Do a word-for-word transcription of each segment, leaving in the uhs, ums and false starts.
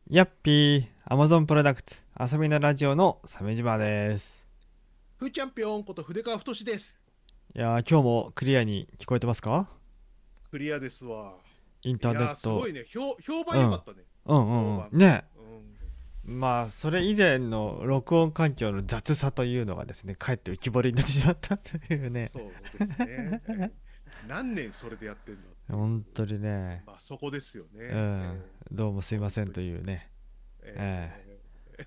やっぴー、Amazon プロダクツ、遊びのラジオの鮫島です。 ふーチャンピオンこと筆川太です。 いやー、今日もクリアに聞こえてますか？ クリアですわ。 インターネッいやー、すごト。 いね。評、評うん。 判良かったね。 うんうんうん。 評判。 ね。 うん。 まあ、それ以前の録音環境の雑さというのがですね、かえって浮き彫りになってしまったというね。 そうですね。えー何年それでやってんだっていう。 本当にね。 まあ、そこですよね。 うん。 えどうもすいー、 ません本当に。 というね。ええ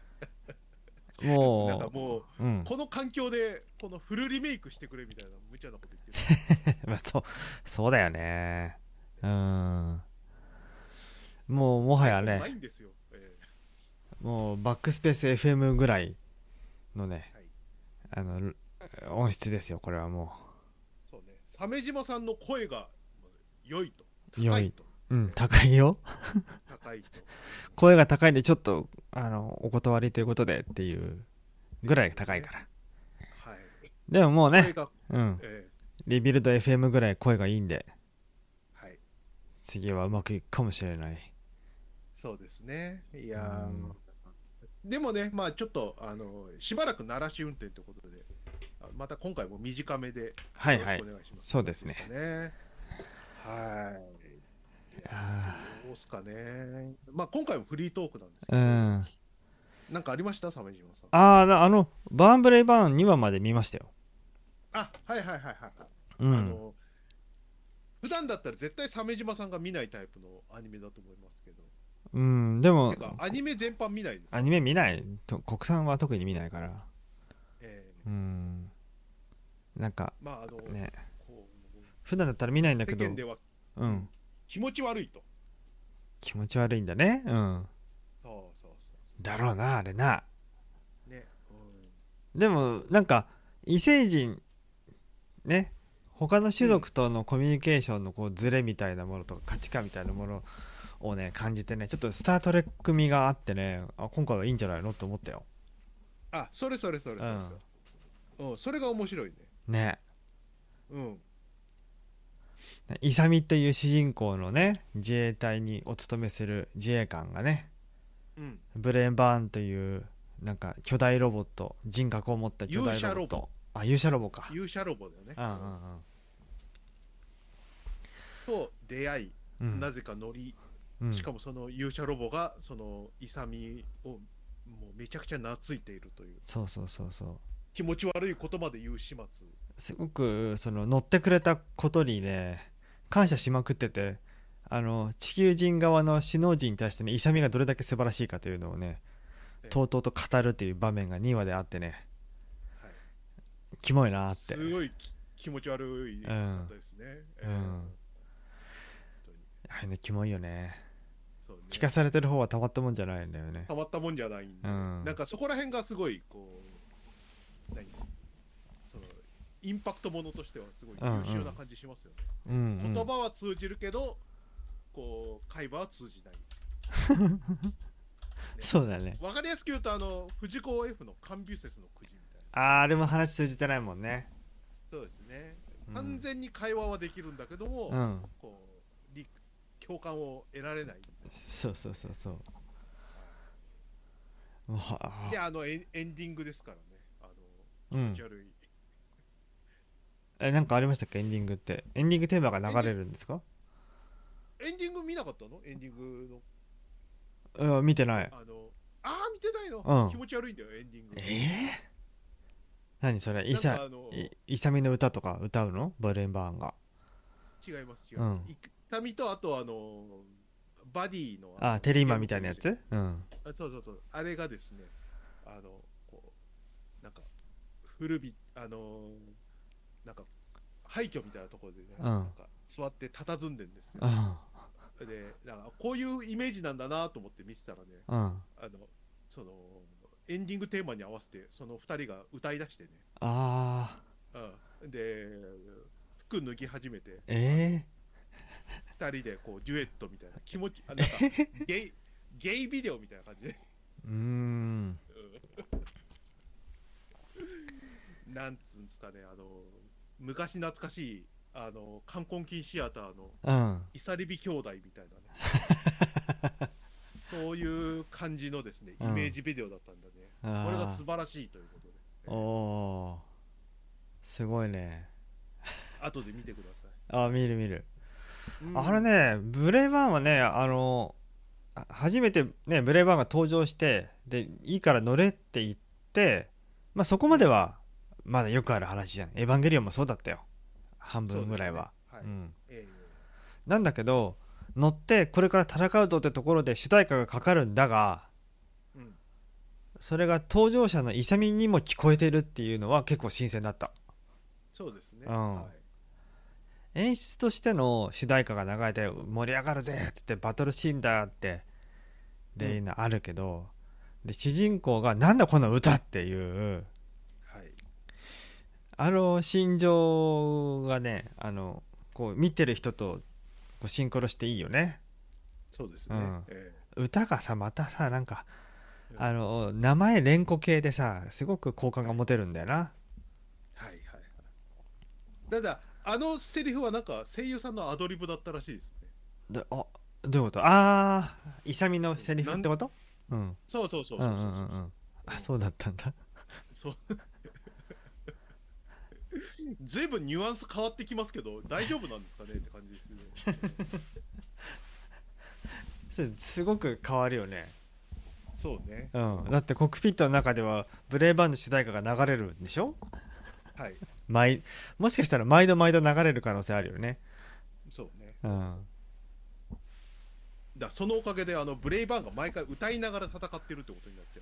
ー、なんかえももう、 う、うん。 この環境で、このフルリメイクしてくれみたいな無茶なこと言ってるよね。 まあ、そう、そうだよね。うん。もう、もはや iPhone なね、 いんですよ。えもうバックスペース エフエム ぐらいのね、 ー、はい。 あの音質ですよ、これはもそうね。鮫島さんの声が良いと。 う。良い。 高いと。 うん、 え高いよ。 ー、高いと。 声が高いんでちょっとあのお断りということでっていうっていうぐらいことですね。 高いから。 はい。 でももうね、 声が、 うん、 えリビルド エフエム ぐらい声がいいんで、 ー、はい。 次はうまくいくかもしれない。 そうですね。いうやん。 ーでもね、まあちょっと、あの、しばらく鳴らし運転ということで、あまた今回も短めでよろしくはいはい、 お願いします。 そうですね。 ですかね。はい。いやあーどうすかね。まあ今回もフリートークなんですーうけど、 ん。 なんかありました鮫島さん。 あーあのバーンブレイバーンにわまで見ましたよ。 あ、はいはいはいはい。 うん。 あの、普段だったら絶対鮫島さんが見ないタイプのアニメだと思いますけど、 うん、でもてか、アニメ全般見ないですか？ アニメ見ないと、国産は特に見ないから。 えうん。なんかー、まああの、 ね、 こ普段だったら見ないんだけど、 世間では、うん、 うん、 気持ち悪いと。 気持ち悪いんだね。うん。 そうそうそうそだろうな、あれな。 う。ね。うん。 でも、なんか、異星人、ね、他の種うん。 族とのコミュニケーションのこうズレみたいなものとか価値観みたいなものをね、感じてね、ちょっとスタートレック味があってね、あ、今回はいいんじゃないのと思ったよ。 あ、それそれそれうん。 それそれ。うん、それが面白いね。 ね。 うん。 イサミという主人公のね、自衛隊にお勤めする自衛官がね、 うん。 ブレーンバーンというなんか巨大ロボット、人格を持った巨勇大ロ者ロボ。 ボット、あ、勇者ロボか。 勇者ロボだよね。 うんううん。 んと出会い、 うんうんなぜか乗り、 うんしかもその勇者ロボが、その勇をもうめちゃくちゃ懐いているという、 そうそうそうそう。 気持ち悪いことまで言う始末。 すごくその乗ってくれたことにね、感謝しまくってて、あの地球人側の首脳陣に対してね、イサミがどれだけ素晴らしいかというのをね、 えとうとうと語るっていう場面がにわであってね、 はい。 キモいなーって。 すごい気持ち悪いかっうんたですね。えうんー、本当に。 あれね、キモいよね。 そうね。 聞かされてる方はたまったもんじゃないんだよね。 たまったもんじゃないんで、なんうんかそこら辺がすごい、こう、何その、インパクトものとしてはすごいうんう優秀なん感じしますよね。 うんう言ん。 葉は通じるけど、こう、会話は通じない。ね。 そうだね。 わかりやすく言うと、あの、藤子 F のカンビュセスのくじみたいな。 あー、あれも話通じてないもんね。 そうですね。 うん完全に会話はできるんだけども、 うんこう、理共感を得られないみたいそうそうそうそう。 な。はい。 うわで、 ああのエン、エンディングですからね。あの、気持うん。 ち悪い。 え、なんかありましたっけ、エンディングって。エンディングテーマが流エンディング、 れるんですか？ エンディング見なかったの？エンディングの、 いや見てない。 あの、あー、見てないの？ うん。 気持ち悪いんだよ、エンディング。 えー、何それ、イなんサかあの、 イイサミの歌とか歌うの、バレンバーンが？ 違います、違います。 うん。 痛みと、あと、あの、バディの、ああ、 の、 テリーマンみギャグという字。 たいなやつ。うん。 あ、そうそうそう。あれがですね、あの、こう、なんか、古び、あの、なんか、廃墟みたいなところでね、 うん。 なんか、座って佇んでんですよ。 うん。 で、なんかこういうイメージなんだなと思って見てたらね、 うん。 あの、その、エンディングテーマに合わせて、その二人が歌い出してね、 あうん、で、服脱ぎ始めて、 ー。 あの、 え二人でこう、デュエットみたいな、気持ち、あ、なんか、ゲイ、ゲイビデオみたいな感じで、 ー。うーん。 うん、なんつうんですかね、あの、昔懐かしい、あの、冠婚金シアターの、 うん。 イサリビ兄弟みたいなね、 そういう感じのですね、イうんメージビデオだったんだね。 あこれが素晴らしいということで、 ーおーすごいね。 後で見てくださあー見る見る。 い。うんあれ、ねブレイバーンはねあのあ初めてねブレイバーンが登場してでいいから乗れって言って、まあそこまではまだよくある話じゃん。エヴァンゲリオンもそうだったよ、半分ぐらいは。 そうですねはいうんえなんだけど乗ってこれから戦うぞってところで主題歌がかかるんだが、 えうん、 それが登場者の勇にも聞こえてるっていうのは結構新鮮だった。 そうですね。 うんはい演出としての主題歌が流れて盛り上がるぜっつってバトルシーンだってで、 うんあるけど、で主人公がなんだこの歌っていうはいあの心情がね、あのこう見てる人とこうシンクロしていいよね。 そうですね。 うんえ歌がさまたさなんかえあの名前連呼系でさすごく好感が持てるんだよな。 はいはいはい。ただあのセリフはなんか声優さんのアドリブだったらしいですね。 であどういうこと？ああ勇のセリフってこと？うんそうそうそううそうそうそう。 んうんうんうんあそうだったんだ。 そうずいぶんニュアンス変わってきますけど大丈夫なんですかねって感じですね。 それすごく変わるよね。 そうね。 うん、だってコックピットの中ではブレイバーンの主題歌が流れるんでしょ。 はい。 毎もしかしたら毎度毎度流れる可能性あるよね。 そうね。 うんだそのおかげであのブレイバーンが毎回歌いながら戦ってるってことになっち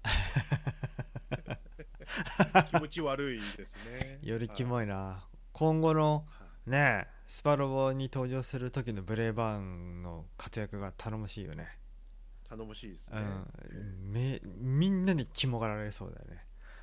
ゃうんで気持ち悪いですね。 よりキい。 モいな。今後のはいねスパロボに登場する時のブレイバーンの活躍が頼もしいよね。 頼もしいですね。 うんめみんなに肝がられそうだよね。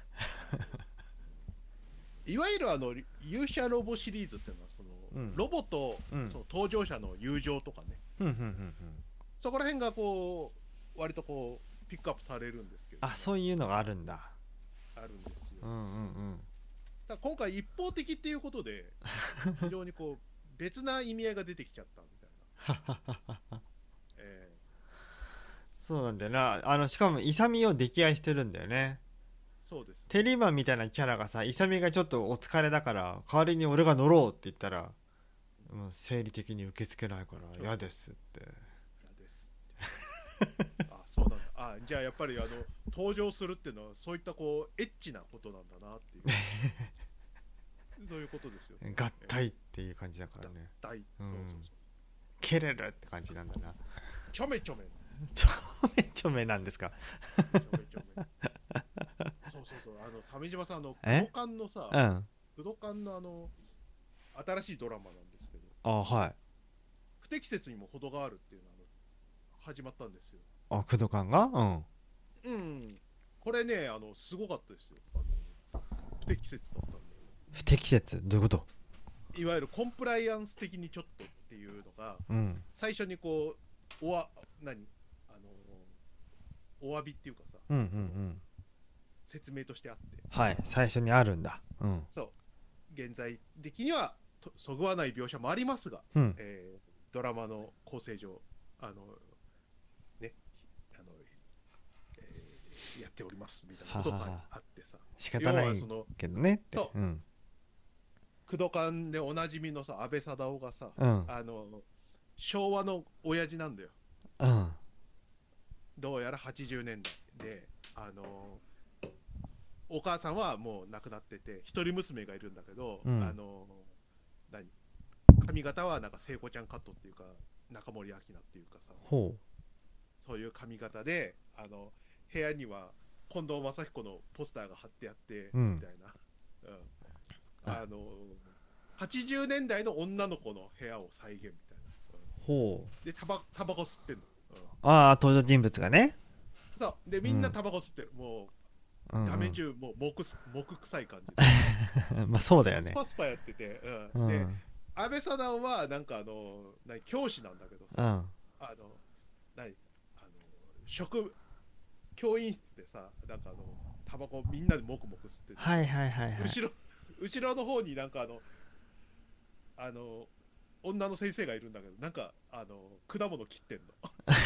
いわゆるあの勇者ロボシリーズっていうのはその、 うんロボと、 うんその登場者の友情とかね、 ふんふんふんそこら辺がこう割とこうピックアップされるんですけど、 あそういうのがあるんだ。 あるんですよ。 うんうんうんただ今回一方的っていうことで非常にこう別な意味合いが出てきちゃったみたいな。えそうなんだよな。あのしかも勇を溺愛してるんだよね。 ーそうです。 テリーマンみたいなキャラがさ勇がちょっとお疲れだから代わりに俺が乗ろうって言ったらもう生理的に受け付けないから嫌ですって嫌です。あ、そうなんだ。あ、じゃあやっぱりあの登場するっていうのはそういったこうエッチなことなんだなっていうそういうことですよね。 合体っていう感じだからね。 大、 うんそうそうそう。 蹴れるって感じなんだな。 ちょめちょめ。 ちょめちょめなんですか。 ちょめちょめ。そうそうそう。あの鮫島さんあのえ武道館のさ、 うん武道館のあの新しいドラマなんですけど、 あはい不適切にも程があるっていうのがあの始まったんですよ。 あ駆動感がうんうん。これねあのすごかったですよ。あの不適切だったんで。 不適切どういうこと？ いわゆるコンプライアンス的にちょっとっていうのがうん最初にこうおわ何あのお詫びっていうかさ、 うんうんうん説明としてあって、 はい最初にあるんだ。うんそう現在的にはとそぐわない描写もありますが、 うんえードラマの構成上あのねあの、えーやっておりますみたいなことがはははあってさ、 仕方ない要はそのけどねって。 そううん工藤館でおなじみのさ安倍貞夫がさ、 うんあの昭和の親父なんだよ。 うんどうやらはちじゅうねんだいで、あのお母さんはもう亡くなってて一人娘がいるんだけど、 うんあの何髪型はなんか聖子ちゃんカットっていうか中森明菜っていうかさ、 ほそういう髪型であの部屋には近藤真彦のポスターが貼ってあって、 うんみたいな、うん、あのはちじゅうねんだいの女の子の部屋を再現みたいな、 うほううん、でタバタバコ吸ってんの、うん、 ああ登場人物がね。 そうでみんなタバコ吸ってる、もううんうん画面中もう木す木臭い感じでまあそうだよねス。パスパやってて、う、 うんんで安倍貞夫はなんかあの何教師なんだけどさ、 うんあの何あの職教員室でさなんかあのタバコみんなでモクモク吸ってて、 はいはいはいはい。 後ろ後ろの方になんかあのあの女の先生がいるんだけど、なんかあの果物切ってんの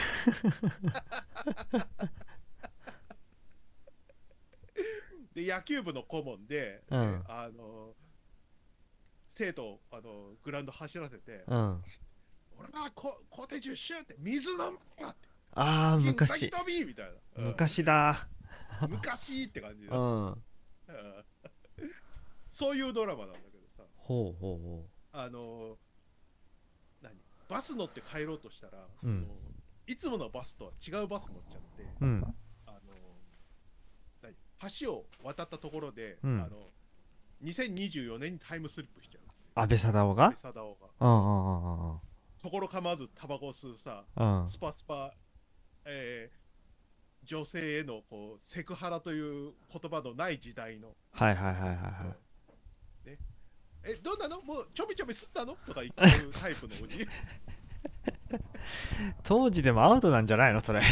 で野球部の顧問で、 うん、 あの生徒をあのグラウンド走らせて、 うん、 俺はこ校庭中シューって水飲むよって、 ああ、 銀うさ昔ぎ飛びみたいな、うん、 昔だ。 昔って感じだ、 うん、 うん、そういうドラマなんだけどさ、 ほうほうほあの何バス乗って帰ろうとしたら、 うん、 そのいつものバスとは違うバス乗っちゃって、 うん、 あの何橋を渡ったところで、 うん、 あのにせんにじゅうよねんにタイムスリップしちゃう。 安倍貞夫が、 安倍貞夫がうんうんうんところ構わずタバコを吸うさ、 うんうん、 スパスパ、えー女性へのこうセクハラという言葉のない時代の、 はいはいはいはいはい、 ね、えどうなのもうちょびちょび吸ったのとか言ってるタイプのおじ当時でもアウトなんじゃないのそれ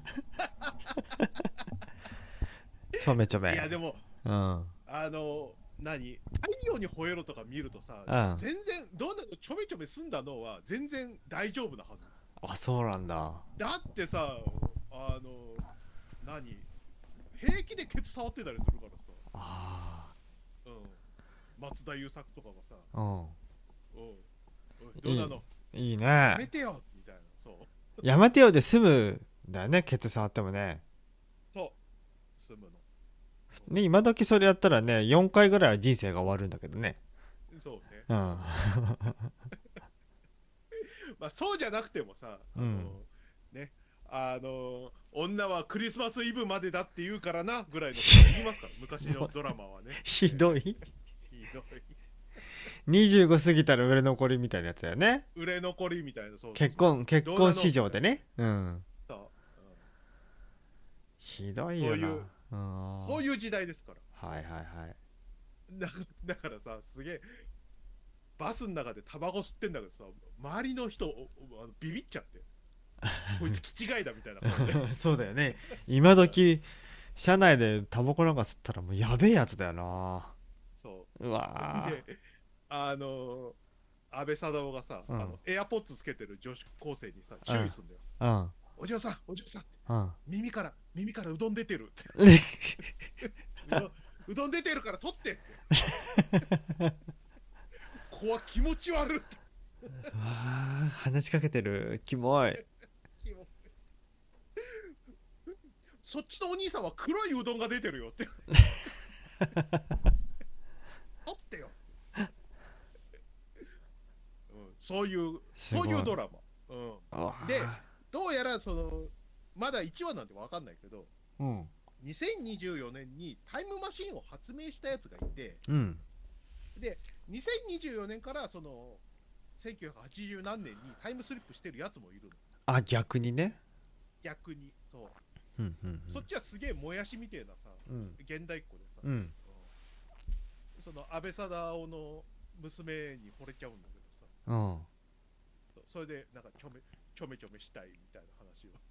ちょめちょめ。 いやでも、 うん、 あの何太陽に吠えろとか見るとさ、 うん、 全然どうなのちょびちょび済んだのは全然大丈夫なはず。 あ、そうなんだ。 だってさ、あの何平気でケツ触ってたりするからさ、 あうん、松田優作とかがさ、 あ、うん、 うん、どうなのいい、いいやめね。 てよみたいな、そうやめてよで済むんだよね、ケツ触ってもね。 そう済むの、 ね、今時それやったらね、よんかいぐらいは人生が終わるんだけどね。 そうね、 うんまあそうじゃなくてもさ、あの、 うん、 ね、あの女はクリスマスイブまでだって言うからなぐらいのこと言いますから昔のドラマはねひどい。 ひどいにじゅうご過ぎたら売れ残りみたいなやつだよね。 売れ残りみたいな、そうそうそう結婚結婚市場でね。うん、 そう、うん、 ひどいよな。 そういううん、 そういう時代ですから。 はいはいはい。 だだからさ、すげえバスの中でタバコ吸ってんだけどさ、周りの人おあのビビっちゃってこいつ気違いだみたいな感じでそうだよね。今時車内でタバコなんか吸ったらもうやべえやつだよな。 そううわー、 で、あのー、安倍貞夫がさ、 うん、 あのエアポッツつけてる女子高生にさ注意すんだよ、 うん、 お嬢さんお嬢さんうん耳から耳からうどん出てるってうどんうどん出てるから取ってって子は気持ち悪いってうわー、話しかけてる、キモい。 気持そっちのお兄さんは黒いうどんが出てるよって取ってよ、うん、そういうそういうドラマ、うん、でどうやらそのまだいちわなんて分かんないけど、 うん、 にせんにじゅうよねんにタイムマシンを発明したやつがいて、 うん、 でにせんにじゅうよねんからそのせんきゅうひゃくはちじゅうなんねんにタイムスリップしてるやつもいるの。 あ、逆にね。 逆にそう、 うんうんうん、 そっちはすげえもやしみてえなさ、 うん、 現代っ子でさ、 うん、 その安倍貞夫の娘に惚れちゃうんだけどさ、 うん、 そうそれでなんかちょめちょめちょめしたいみたいな話を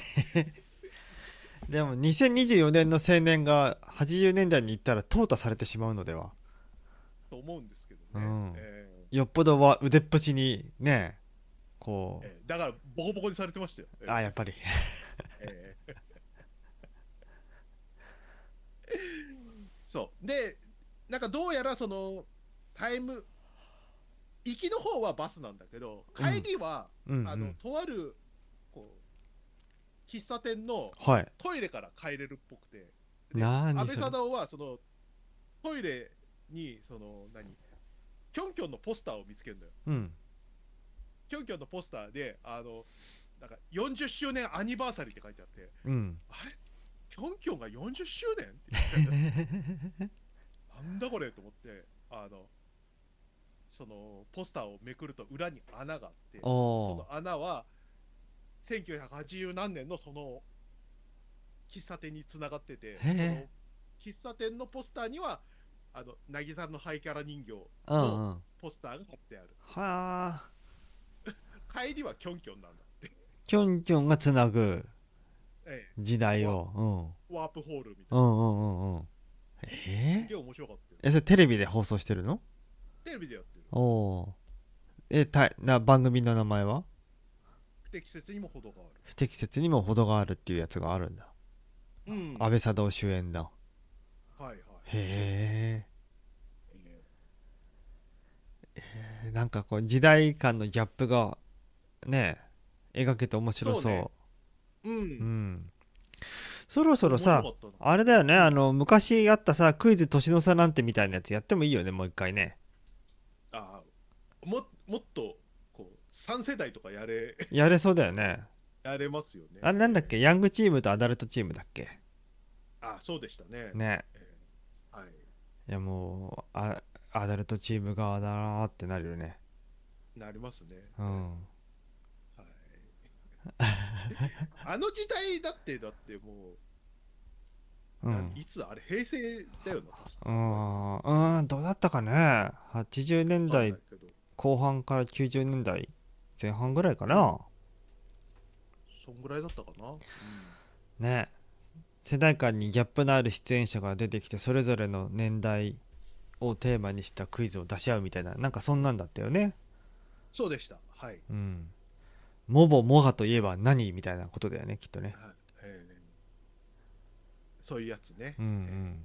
でもにせんにじゅうよねんの青年がはちじゅうねんだいに行ったら淘汰されてしまうのではと思うんですけどね、 うん、 えよっぽどは腕っぷしにね、こう、 えー、だからボコボコにされてましたよ、えー、 あ、やっぱり、 えー、そうでなんかどうやらそのタイム行きの方はバスなんだけど帰りは、 うんうんうん、 あのとあるこう喫茶店のトイレから帰れるっぽくて、 はい、 安倍貞夫はそのトイレにその何キョンキョンのポスターを見つけるんだよ、 うん、 キョンキョンのポスターであのなんかよんじゅっしゅうねんアニバーサリーって書いてあって、 うん、 あれキョンキョンがよんじゅっしゅうねんって言ってなんだこれと思ってあのそのポスターをめくると裏に穴があって、その穴はせんきゅうひゃくはちじゅうなんねんのその喫茶店につながってて、その喫茶店のポスターにはあの渚のハイキャラ人形のポスターが貼ってある、 うんうん、はあ帰りはキョンキョンなんだってキョンキョンがつなぐ時代を、 ええ、ワープホールみたいな、 うんうんうんうん、えー、 すげえ面白かったよ。 え、それテレビで放送してるの？ テレビでやってる。 おえたな番組の名前は不適切にも程がある。 不適切にも程があるっていうやつがあるんだ。 うん、 安倍佐藤主演だ。 はいはい。 へええ。なんかこう時代間のギャップがね描けて面ー白そう。 そうね。う。 うんん。そろそろ面白さかったな。 あれだよね、 うん。 あの昔あったさクイズ年の差なんてみたいなやつやってもいいよね、もう一回ね。 あーも、もっと、こう、さん世代とかやれ、 やれそうだよね。 やれますよね。 あれなんだっけ、ヤングチームとアダルトチームだっけあ、そうでしたね。 ね。 えーはい。 いやもうあアダルトチーム側だなーってなるよね。 なりますね。 うん。 はい。あの時代だって、だってもう、なんうんいつあれ、平成だよな、確うか。 んうんどうだったかね。はちじゅうねんわかんだいないけど、 こう半からきゅうじゅうねんだいぜん半ぐらいかうん、 な。 そんぐらいだったかな。うん、 ね。世代間にギャップのある出演者が出てきてそれぞれの年代をテーマにしたクイズを出し合うみたいな、なんかそんなんだったよね。 そうでした。はい。 うん。モボモガといえば何みたいなことだよね、きっとね。 はい、えーそういうやつね。 うんうえん。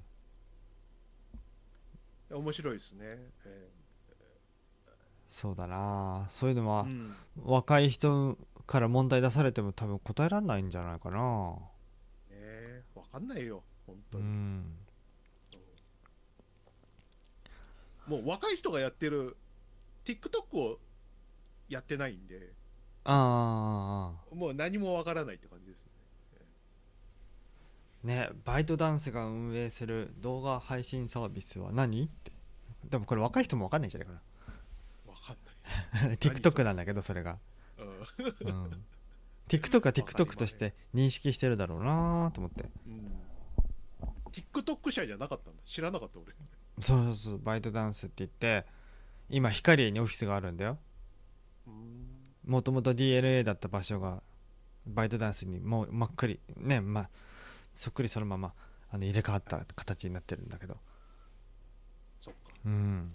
ー面白いですね。えそうだな、そういうのはーうん若い人から問題出されても多分答えられないんじゃないかな。 ね、わかんないよ、本う当に。 ん。 もう若い人がやってる TikTok をやってないんで、 ああもう何もわからないって感じですね。 ね、バイトダンスが運営する動画配信サービスは何って。でもこれ若い人も分かんないんじゃないかわかんな。 ない。 TikTok なんだけどそれが、 うん、 うん、TikTok はわかり TikTok ません。 として認識してるだろうなと思って。 うん。TikTok 社じゃなかったんだ。知らなかった俺。 そうそうそう、バイトダンスって言って今ヒカリエにオフィスがあるんだよ。 うん。 もともと ディーエルエー だった場所がバイトダンスにもう真っくりね、まあそっくりそのままあの入れ替わった形になってるんだけど。 そっか。 うん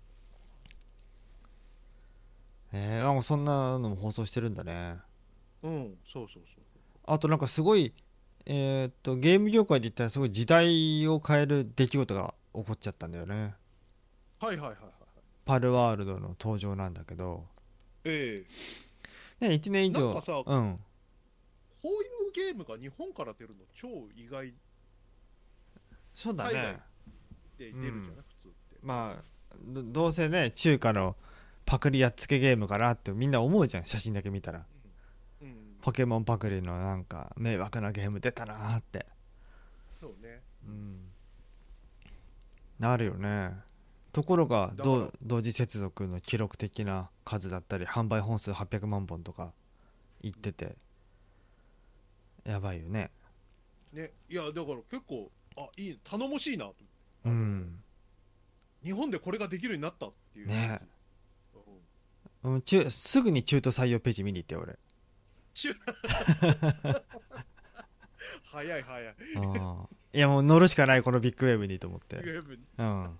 えー、あそんなのも放送してるんだね。 うん、そうそうそう。 あとなんかすごいえーっとゲーム業界で言ったらすごい時代を変える出来事が起こっちゃったんだよね。 はいはいはいはいはい。 パルワールドの登場なんだけど、 えね、いちねん以上。 えなんかさ、こうんういうゲームが日本から出るの超意外。 そうだ海外ね。 で出るじゃない、 うん普通って。 まあどどうせね中華のパクリやっつけゲームかなってみんな思うじゃん、写真だけ見たら。 うん。うん。 ポケモンパクリのなんか迷惑なゲーム出たなーって、 そうね。 うん、なるよね。ところがだから、 同同時接続の記録的な数だったり販売本数はっぴゃくまんぼんとか言っててやばいよね。 ね、いや、だから結構、あ、いい、頼もしいなと。 うあの、 ん日本でこれができるようになったっていうねやつ。うん、 うん中すぐに中途採用ページ見に行って俺。 ちゅ早い早い。 あいやもう乗るしかないこのビッグウェーブにと思って。 ゲームにうん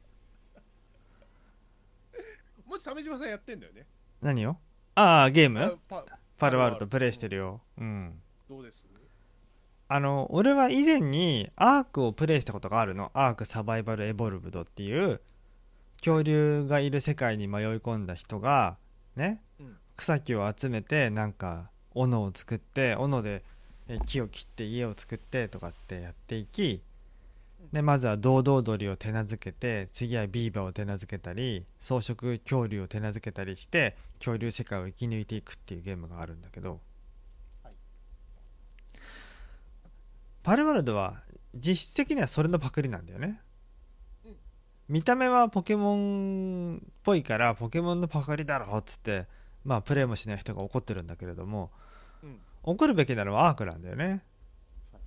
もし鮫島さんやってんだよね。 何を。ああゲームあパパルワールパルドプレイしてるよ。うん、 どうです？ あの俺は以前にアークをプレイしたことがあるの。アークサバイバルエボルブドっていう恐竜がいる世界に迷い込んだ人がね、 うん、 草木を集めてなんか斧を作って斧でえ木を切って家を作ってとかってやっていき、でまずはドウドウ鳥を手なずけて次はビーバーを手なずけたり草食恐竜を手なずけたりして恐竜世界を生き抜いていくっていうゲームがあるんだけど、 はい、 パルワールドは実質的にはそれのパクリなんだよね。 うん、 見た目はポケモンっぽいからポケモンのパクリだろっつってまあプレイもしない人が怒ってるんだけれども、 うん、 怒るべきなのはアークなんだよね。 はい、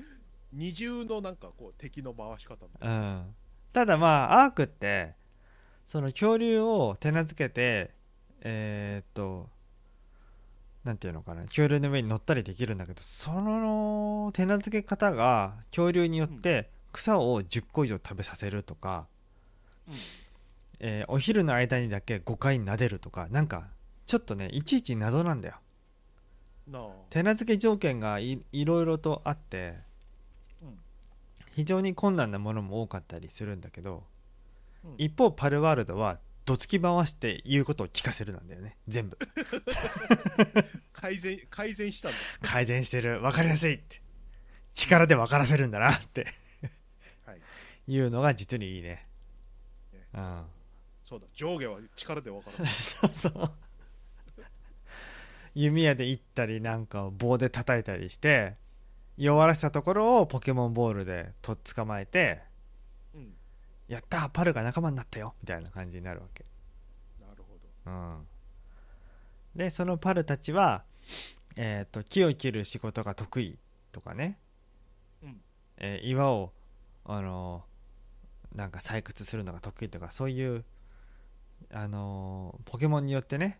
二重のなんかこう敵の回し方みたいな。 うん、ただまあアークってその恐竜を手なずけてえー、っとなんていうのかな、恐竜の上に乗ったりできるんだけど、その手なずけ方が恐竜によって草をじゅっこ以上食べさせるとか、 うん、 えーお昼の間にだけごかい撫でるとか、なんかちょっとねいちいち謎なんだよ。 なあ。 手なずけ条件が い, いろいろとあって、 うん。 非常に困難なものも多かったりするんだけど、 うん、 一方パルワールドはどつき回して言うことを聞かせるなんだよね、全部。 改善、改善したんだ。 改善してる、分かりやすいって、力で分からせるんだなってはい。 いうのが実にいいね。 ね、 うん、 そうだ、上下は力で分からそうそう。弓矢で行ったりなんかを棒で叩いたりして弱らせたところをポケモンボールでとっ捕まえて、 うん。 やったーパルが仲間になったよみたいな感じになるわけ。 なるほうん、でそのパルたちは、えー、と木を切る仕事が得意とかね、 ど。うん。 えー岩を、あのーなんか採掘するのが得意とか、そういう、あのーポケモンによってね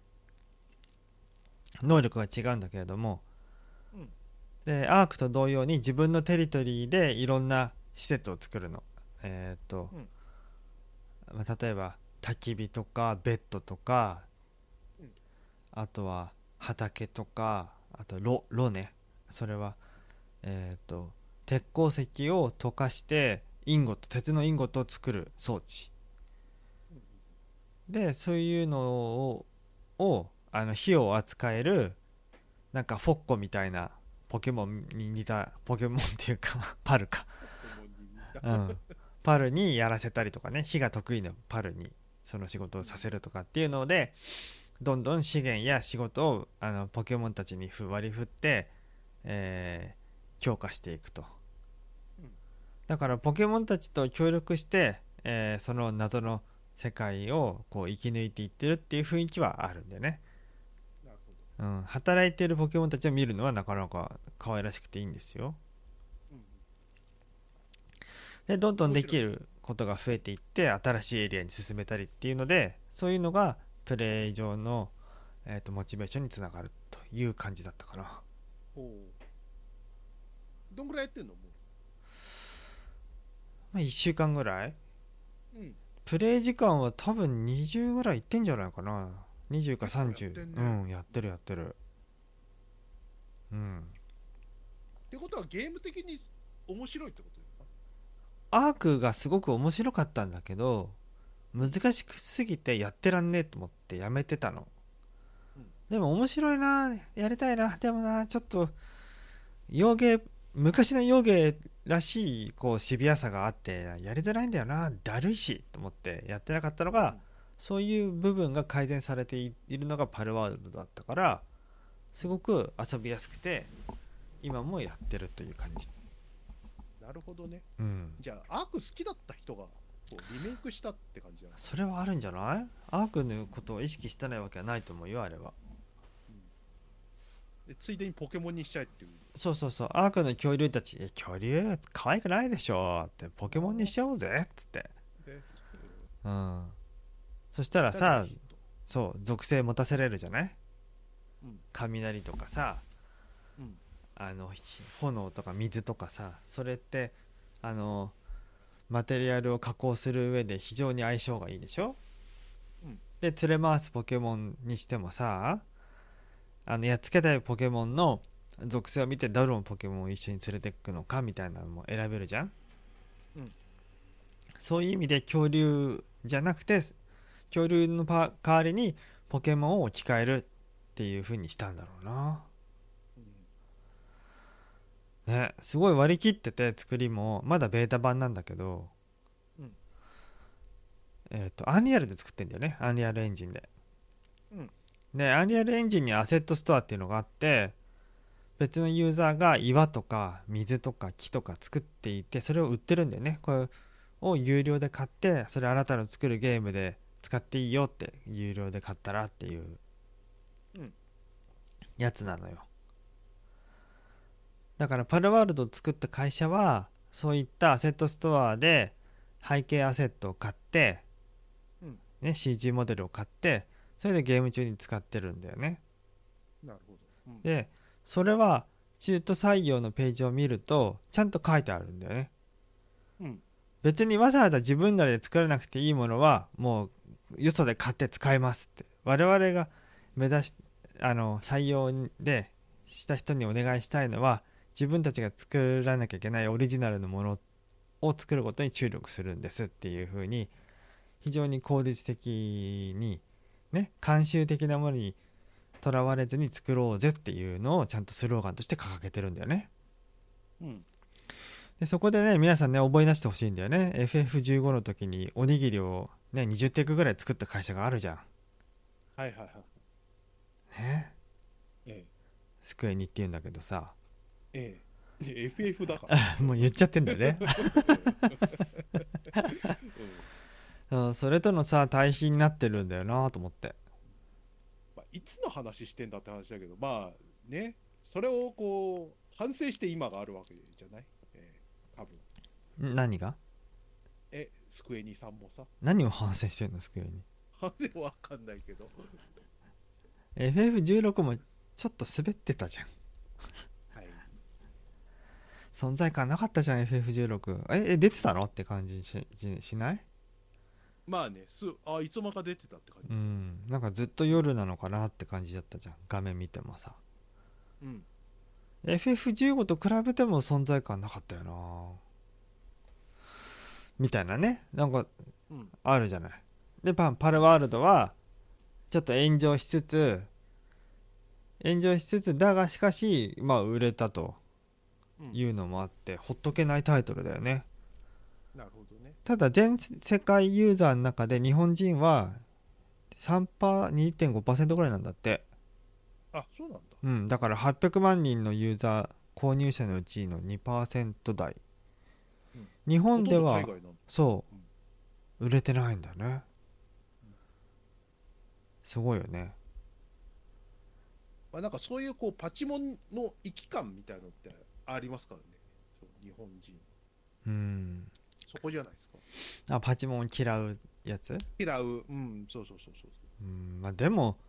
能力が違うんだけれども、 うん。 でアークと同様に自分のテリトリーでいろんな施設を作るの。えっ、と、 うん。 まあ、例えば焚き火とかベッドとか、 うん。 あとは畑とか、あと炉炉ね。それはえっ、と鉄鉱石を溶かしてインゴット鉄のインゴットを作る装置うん。 で、そういうのををあの火を扱えるなんかフォッコみたいなポケモンに似たポケモンっていうかパルか、 ポケモンに似た。 うん、パルにやらせたりとかね、火が得意なパルにその仕事をさせるとかっていうので、どんどん資源や仕事をあのポケモンたちに割り振って、えー強化していくと。 うん。 だからポケモンたちと協力して、えーその謎の世界をこう生き抜いていってるっていう雰囲気はあるんだよね。 なるほど。 うん、働いてるポケモンたちを見るのはなかなか可愛らしくていいんですよ。 うん。 でどんどん面白い。 できることが増えていって新しいエリアに進めたりっていうので、そういうのがプレイ上の、えーとモチベーションにつながるという感じだったかな。 おお。どんぐらいやってんのもまあ、いっしゅうかんぐらい。 う。うん。 プレイ時間は多分にじゅうぐらいいってんじゃないかな。にじゅうか結構やっさんじゅう。 てんね。 うん、やってるやってる。うん。 ってことはゲーム的に面白いってことだよアークがすごく面白かったんだけど、難しすぎてやってらんねえと思ってやめてたの。 な。 でも面白いな、やりたいな、でもな、ちょっと洋芸、昔の洋芸らしいこうシビアさがあってやりづらいんだよな、だるいしと思ってやってなかったのが、 うん。 そういう部分が改善されているのがパルワールドだったから、すごく遊びやすくて今もやってるという感じ。 なるほどね。 うん、 じゃあ、アーク好きだった人がこうリメイクしたって感じなんだ。 それはあるんじゃない？アークのことを意識してないわけはないと思うよ、あれは。 うん。で、ついでにポケモンにしちゃえっていう。 そうそうそう、アークの恐竜たち、え恐竜可愛くないでしょって、ポケモンにしちゃおうぜっつって。 で、うん、 うん、そしたらだからさ、 ヒット。 そう属性持たせれるじゃない？ うん。 雷とかさ、 うん。 あの炎とか水とかさ、それってあのマテリアルを加工する上で非常に相性がいいでしょ。 うん。 で連れ回すポケモンにしてもさ、あのやっつけたいポケモンの属性を見てどのポケモンを一緒に連れていくのかみたいなのも選べるじゃん。 うん。 そういう意味で恐竜じゃなくて恐竜の代わりにポケモンを置き換えるっていう風にしたんだろうな。 うん。 ね、すごい割り切ってて、作りもまだベータ版なんだけど、 うん。 えっ、とアンリアルで作ってんだよね、アンリアルエンジンで。 うん。 でアンリアルエンジンにアセットストアっていうのがあって、別のユーザーが岩とか水とか木とか作っていて、それを売ってるんだよね。これを有料で買って、それあなたの作るゲームで使っていいよって、有料で買ったらっていううん。 やつなのよ。だからパルワールドを作った会社はそういったアセットストアで背景アセットを買って、 うん。 ね、シージー モデルを買って、それでゲーム中に使ってるんだよね。 なるほど。うん。 でそれは中途採用のページを見るとちゃんと書いてあるんだよね。 うん。 別にわざわざ自分らで作らなくていいものはもうよそで買って使えますって、我々が目指しあの採用でした人にお願いしたいのは、自分たちが作らなきゃいけないオリジナルのものを作ることに注力するんですっていう風に、非常に効率的にね、慣習的なものにとらわれずに作ろうぜっていうのをちゃんとスローガンとして掲げてるんだよね。 うん。 でそこでね、皆さんね、覚え出してほしいんだよね。 エフエフじゅうご の時におにぎりをねにじゅうテクぐらい作った会社があるじゃん。 はいはいはい。 ね、 ええ。 スクエニって言うんだけどさ、 ええ。エフエフ だから。 もう言っちゃってんだよね。 うん、 うん、それとのさ対比になってるんだよなと思って。 まあ、いつの話してんだって話だけど、まあね、それをこう反省して今があるわけじゃない、えー、多分。 何が？ え、スクエニさんもさ。 何を反省してるのスクエニ？ 反省はわかんないけど。 エフエフじゅうろく もちょっと滑ってたじゃん。 はい。 存在感なかったじゃん エフエフじゅうろく。ええ出てたのって感じ し, しない？ まあね、すあいつまか出てたって感じ。 うん、なんかずっと夜なのかなって感じだったじゃん、画面見てもさ。 うん。 エフエフじゅうご と比べても存在感なかったよなみたいなね、なんかあるじゃない。でパパルワールドはちょっと炎上しつつ炎上しつつだがしかしまあ売れたというのもあって、うん、ほっとけないタイトルだよね。 なるほどね。 ただ全世界ユーザーの中で日本人は さんパーセント、にてんごパーセント ぐらいなんだって。 あ、そうなんだ。 うん、だからはっぴゃくまん人のユーザー購入者のうちの にパーセント 台、うん、日本ではそう、うん、売れてないんだよね、うん、すごいよね。 まあ、なんかそういうこうパチモンの生き感みたいなのってありますからね、そう日本人。 うん、 そこじゃないですか。 あ、パチモン嫌うやつ嫌う、うん、そうそうそうそう。 うん、まあでも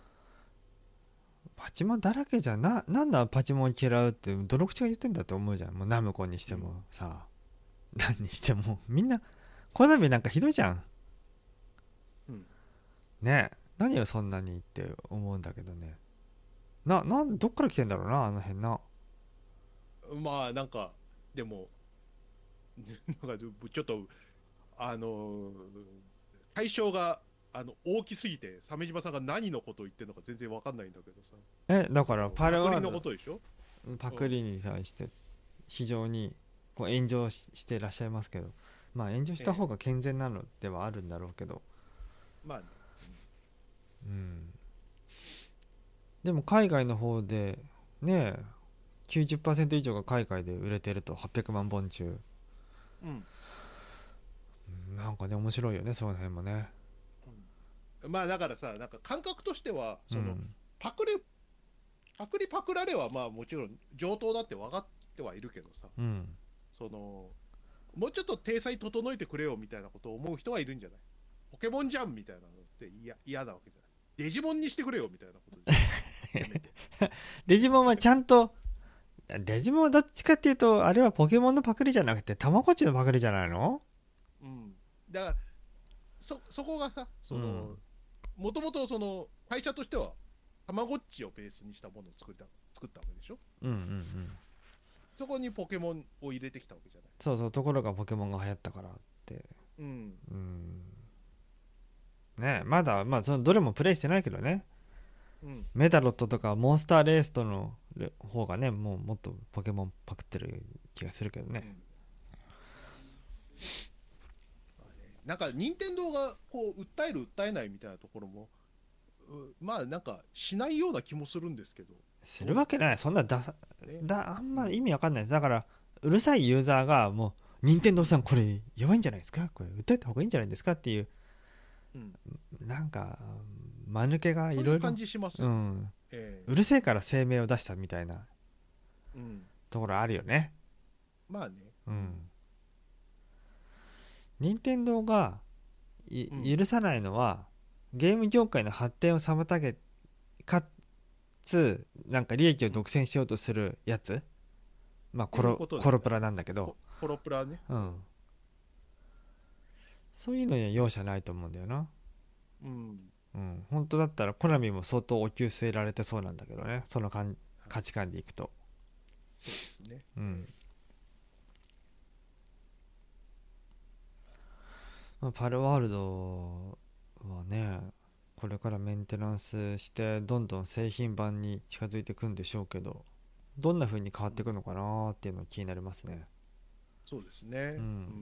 パチモンだらけじゃな、なんだパチモン嫌うってどの口が言ってんだって思うじゃん。もうナムコにしてもさ、うん、何にしてもみんなコナミなんかひどいじゃん、うん、ねえ、何よそんなにって思うんだけどね。な、なんどっから来てんだろうなあの辺な。 まあなんかでもなんかちょっとあのー、対象があの大きすぎて鮫島さんが何のことを言ってるのか全然わかんないんだけどさ。 え、だからパルワールドパクリのことでしょ。 パクリに対して非常にこう炎上 し, してらっしゃいますけど、まあ炎上した方が健全なのではあるんだろうけど、 えー、まあね、 うん、でも海外の方でねえ きゅうじゅっパーセント 以上が海外で売れてるとはっぴゃくまんぼん中、うん、なんかね面白いよねその辺もね、 うん、まあだからさ、なんか感覚としてはその、うん、パクリパクリパクられはまあもちろん上等だって分かってはいるけどさ、うん、そのもうちょっと体裁整えてくれよみたいなことを思う人はいるんじゃない。ポケモンじゃんみたいなのって嫌なわけじゃない。デジモンにしてくれよみたいなことでデジモンはちゃんとデジモンはどっちかっていうとあれはポケモンのパクリじゃなくてたまごっちのパクリじゃないの。 うん、だから そ, そこがさ、もともとその会社としてはたまごっちをベースにしたものを作った、作ったわけでしょ、うんうんうん、そこにポケモンを入れてきたわけじゃない。 そうそう、ところがポケモンが流行ったからって、うん、うんね、まだまあそのどれもプレイしてないけどね、うん、メダロットとかモンスターレースとの方がねもうもっとポケモンパクってる気がするけどね、うんなんか任天堂がこう訴える訴えないみたいなところもまあなんかしないような気もするんですけど。 するわけない、そんなだだあんま意味わかんないです。だからうるさいユーザーがもう任天堂さんこれやばいんじゃないですか、これ訴えた方がいいんじゃないですかっていう、うん、なんか間抜けがいろいろそういう感じしますよ、 うんえー、うるせえから声明を出したみたいな、うん、ところあるよね。 まあね、 うん任天堂が、うん、許さないのはゲーム業界の発展を妨げかつなんか利益を独占しようとするやつ、まあコロ、コロプラなんだけど、 コロプラね、 うん、そういうのには容赦ないと思うんだよな。 うんうん、本当だったらコナミも相当お給据えられてそうなんだけどね、そのかん価値観でいくと。 そうですね、 うん、まあ、パルワールドはね、これからメンテナンスしてどんどん製品版に近づいていくんでしょうけど、どんな風に変わっていくのかなっていうのが気になりますね。 そうですね、 うん、 うん、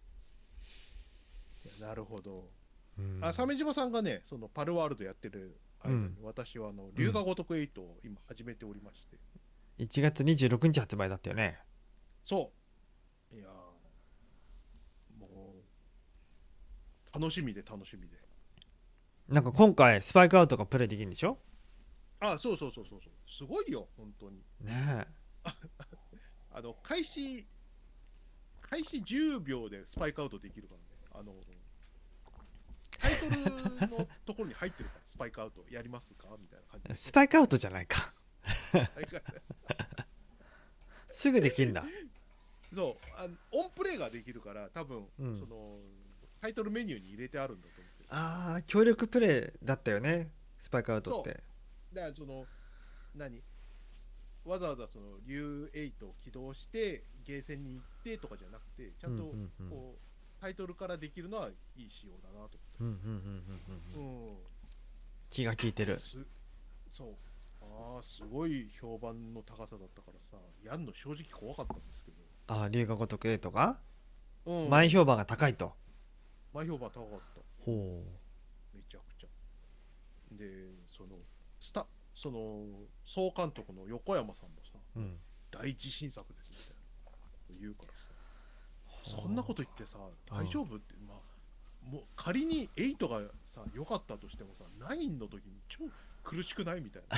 いやなるほど。 うん、 あ、鮫島さんがね、そのパルワールドやってる間に、 うん、 私はあのうん、 龍が如くエイトを今始めておりまして。 いちがつにじゅうろくにち発売だったよね。 そう、いやーもう楽しみで楽しみで。 なんか今回スパイクアウトがプレイできるんでしょ。 あ、そうそうそうそうそう、すごいよ本当に。 ねあの開始開始じゅうびょうでスパイクアウトできるからね。あのタイトルのところに入ってるから、スパイクアウトやりますかみたいな感じえ、 で。 スパイクアウトじゃないか。 スパイクすぐできんだ。 そうあのオンプレイができるから、多分、 うん、 そのタイトルメニューに入れてあるんだと思ってる。 ああ、協力プレイだったよね、スパイクアウトっそて。 うだからその何わざわざそのリューエイトを起動してゲーセンに行ってとかじゃなくて、ちゃんとうんうんうん、 こうタイトルからできるのはいい仕様だなとうんうんうんうんうん、 思って。 気が利いてる。 うんすそうああすごい評判の高さだったからさ、やんの正直怖かったんですけああ、龍が如くエイトがど、うん前評判が高いと。 前評判高かった。 ほめちゃくちゃで、そのスタその総監督の横山さんもさ、 う、うん、 第一新作ですみたいな言うからさ、 ほそんなこと言ってさう、 大丈夫って、まあもう仮にエイトがさ良かったとしてもさ、ナインの時に超苦しくないみたいな、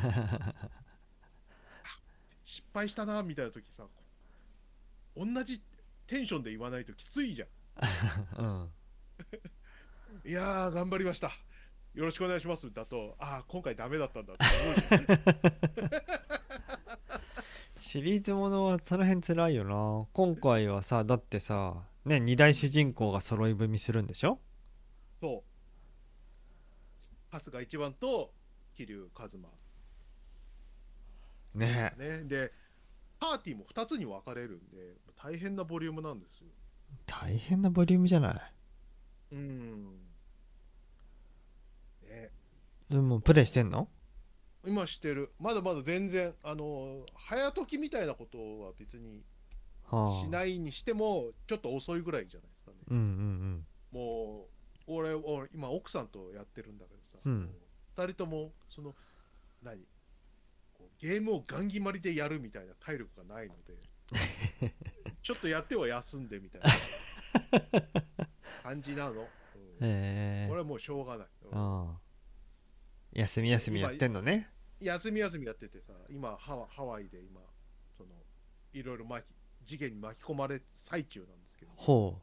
失敗したなみたいな時さ、同じテンションで言わないときついじゃん。 うん、 いやー頑張りました、よろしくお願いしますだと、ああ今回ダメだったんだって思うじゃん。 シリーズものはその辺辛いよな。今回はさ、だってさね、二大主人公が揃い踏みするんでしょ。 そう春日一番と桐生一馬ねえ、 ね。でパーティーもふたつに分かれるんで大変なボリュームなんですよ。 大変なボリュームじゃない。 うんね、 でもプレイしてんの。 今してる、まだまだ全然あの早時みたいなことは別にしはあ、 ないにしてもちょっと遅いぐらいじゃないですかね。 うんうんもう俺俺今奥さんとやってるんだけどさ、 うん、うん、 もうふたりともその何こうゲームをガン決まりでやるみたいな体力がないので、ちょっとやっては休んでみたいな感じなの、うん、 へえ、 俺はもうしょうがない、うん、 ああ、休みで今休みやってんのね。 休み休みやっててさ、今ハワハワイで今そのいろいろ巻き事件に巻き込まれ最中なんですけど、 ほ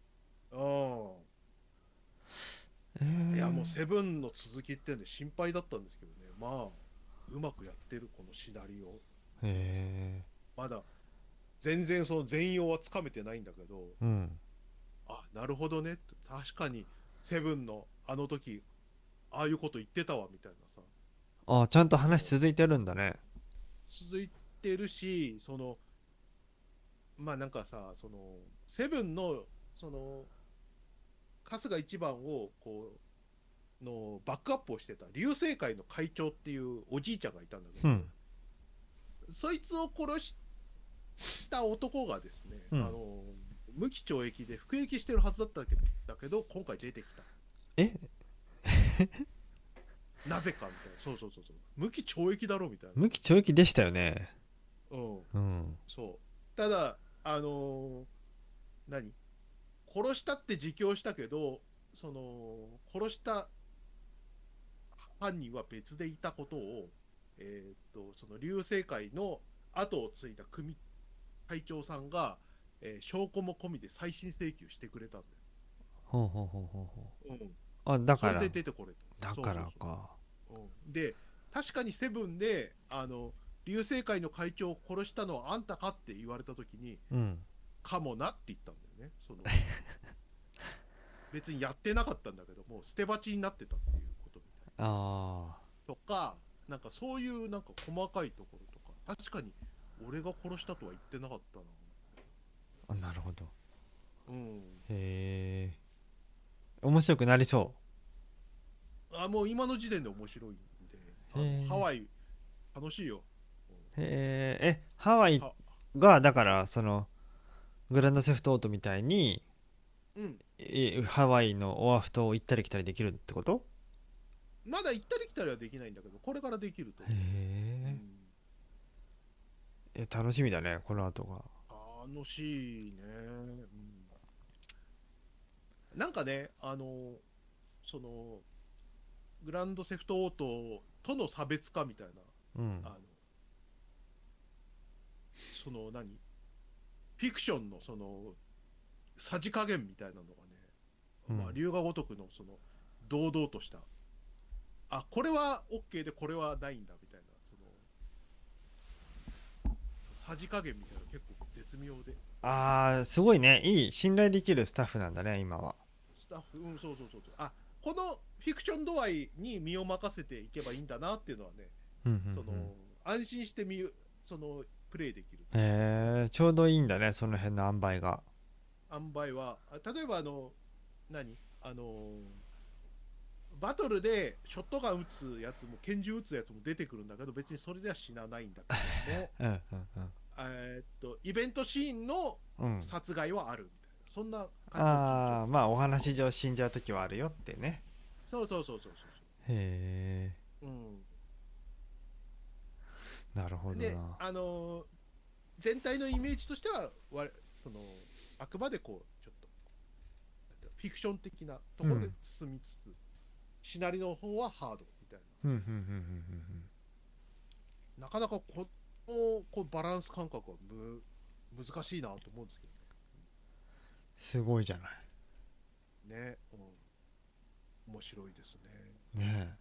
う、えうん、いやもうー、 セブンの続きってんで心配だったんですけどね、まあうまくやってるこのシナリオ。 へえ、 まだ全然その全容はつかめてないんだけど、 うん、 あなるほどね、確かにセブンのあの時ああいうこと言ってたわみたいなさ、 ああ、ちゃんとその話続いてるんだね。 続いてるし、そのまあなんかさ、そのセブンのその春日一番をこうのバックアップをしてた流星会の会長っていうおじいちゃんがいたんだけど、 うん、 そいつを殺した男がですね、 うん、 あの無期懲役で服役してるはずだったけど、だけど今回出てきた。 え、 なぜかみたいな、そうそうそうそう、無期懲役だろみたい無期懲役でしたよね。 な、うん、 うん、 そう。ただ、あのー何殺したって自供したけど、その殺した犯人は別でいたことを、えーっとその流星会の後を継いだ組会長さんが、えー証拠も込みで再審請求してくれたんほうほうほうほうほだよ。うん、 う。あ、だそれからで出てこれた。 だからそうそうそか。 う、うん、で確かにセブンであの流星会の会長を殺したのはあんたかって言われた時に、 うん、 かもなって言ったんだよね。その別にやってなかったんだけどもう捨て鉢になってたっていうことみたいあとか、なんかそういうなんか細かいところとか、確かに俺が殺したとは言ってなかったな。 あ、なるほど。 うん。 へえ、面白くなりそあ、もう今の時点で面白いんで、あへーのハワイ楽しいよ。 う。へえ、え、ハワイはがだからそのグランドセフトオートみたいにうん。 えハワイのオアフ島を行ったり来たりできるってこと？ まだ行ったり来たりはできないんだけど、これからできるとへ思う。うえ、 ん、 え、楽しみだね、この後が。 楽しいね。うん、なんかね、あの、その、グランドセフトオートとの差別化みたいな、 うん。 あの、その何フィクションのその、さじ加減みたいなのがね、 うんまあ、龍が如くのその、堂々とした、あ、これは OK でこれはないんだみたいな、その、さじ加減みたいなの結構絶妙で。 ああ、すごいね。いい、信頼できるスタッフなんだね、今は。 スタッフ、うん、そうそうそうそう。あ、このフィクション度合いに身を任せていけばいいんだなっていうのはね、 うんうんうん。 その、安心してみ、その、プレイできる。 へえ、ちょうどいいんだね、その辺の塩梅が。 塩梅は、あ例えばあの、何あの、バトルでショットガン撃つやつも拳銃撃つやつも出てくるんだけど、別にそれでは死なないんだけども、 うんうんえーっとイベントシーンのうん。うん。 殺害はあるみたいな、そんな感じのああ、 緊張。 まあお話上死んじゃう時はあるよってね。 そうそうそうそうへえ、 そう。 なるほうん。で、 どな。 あのー全体のイメージとしては、わそのあくまでこうちょっとなんていうのフィクション的なところでうん。 進みつつ、シナリオの方はハードみたいうんうんうんうんうんうん。 な。なかなかこのこうバランス感覚はむ難しいなと思うんですけすごいじゃなどね。うん、面白いですい。ねね。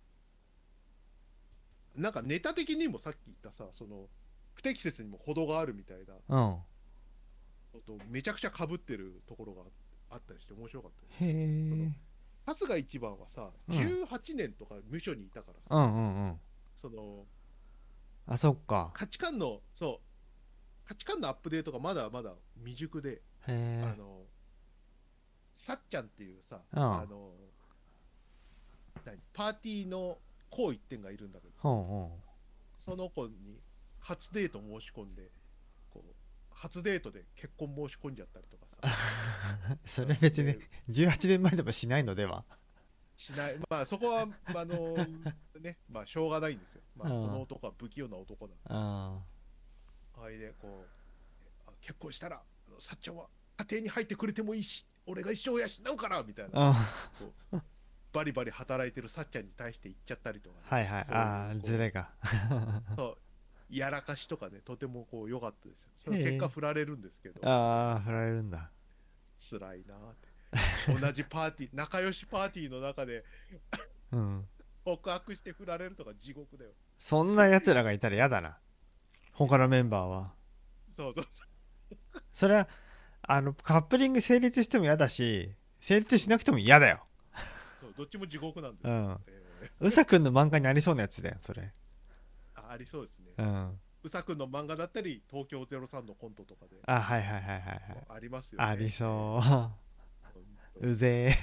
なんかネタ的にもさっき言ったさ、その不適切にも程があるみたいなえ。うん。 ことめちゃくちゃ被ってるところがあったりして面白かったです。 へそのえ。 春日一番はさ、 うん。 じゅうはちねんとか無所にいたからさ、 うんうんうん。 そのあ、そっか。 価値観の、そう、価値観のアップデートがまだまだ未熟で、 へえ。 あの、さっちゃんっていうさ、 うん。 あの、何パーティーのこう一点がいるんだけどさ、 ほうほその子に初デート申し込んで、こう、初デートで結婚申し込んじゃったりとかさ、 う。それ別にでじゅうはちねんまえでもしないのでは。 しない、まあそこは、あの、ね、まあしょうがないんですよ。まあこのうん。 男は不器用な男なんで。 ああれでこう、あ結婚したら、あのさっちゃんは家庭に入ってくれてもいいし、俺が一生養うからみたいな、 あ。 こうバリバリ働いてるさっちゃんに対して言っちゃったりとかね、 はいはい。 そういうああ、ズこレが。 う、そうやらかしとかね、とてもこう良かったですよ。その結へえ。 果振られるんですけど、 ああ、振られるんだ。 辛いなーって。同じパーティー、仲良しパーティーの中でうん。 告白して振られるとか地獄だよ。 そんな奴らがいたら嫌だな。他のメンバーは。 そうそうそれは、あの、カップリング成立しても嫌だし、成立しなくても嫌だよ。 そう、どっちも地獄なんですよ。 うん。 えうさくんの漫画にありそうなやつだよ、それ。 ーあ、ありそうですね。 うん。 うさくんの漫画だったり、東京ゼロさんのコントとかであ、はいはいはいはいはい。 ありますよね。 ありそえー本当う。 にうぜ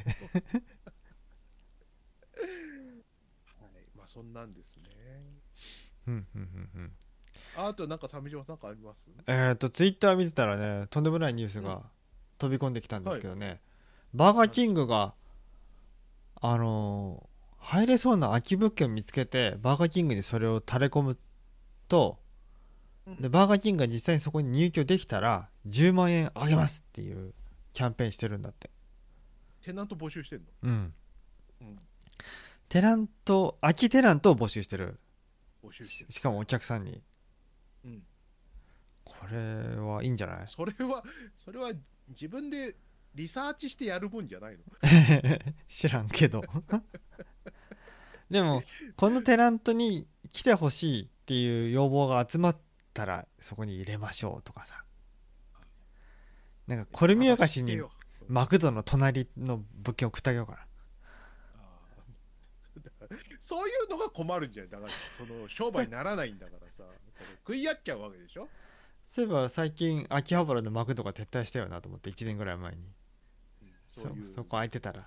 はい、まあそんなんですね。 え。うんうんうんうん。 ああとなんか鮫島さんかあります？ えっと、ツイッター見てたらね、とんでもないニュースうん。 が飛び込んできたんですはい。 けどね、バーガーキンなんですか？ グが、あのー入れそうな空き物件を見つけて、バーガーキングにそれを垂れ込むと、 うん。 で、バーガーキングが実際にそこに入居できたら、じゅうまん円あげますっていうキャンペーンしてるんだって。 テナント募集してんの？ うん。 うん。 テナント、空きテナントを募集してる。 募集してる。 ししかもお客さんに。 うん。 これはいいんじゃない？ それは、それは自分でリサーチしてやるもんじゃないの？ 知らんけどでもこのテナントに来てほしいっていう要望が集まったらそこに入れましょうとかさ、なんかこれ見よがしに探してよ。 マクドの隣の物件送ってあげようかな。 あーそういうのが困るんじゃない。だからその商売にならないんだからさ、その食い合っちゃうわけでしょ。 そういえば最近秋葉原のマクドが撤退したよなと思って、いちねんぐらい前に。 うん、 そそういうそこ空いてたら、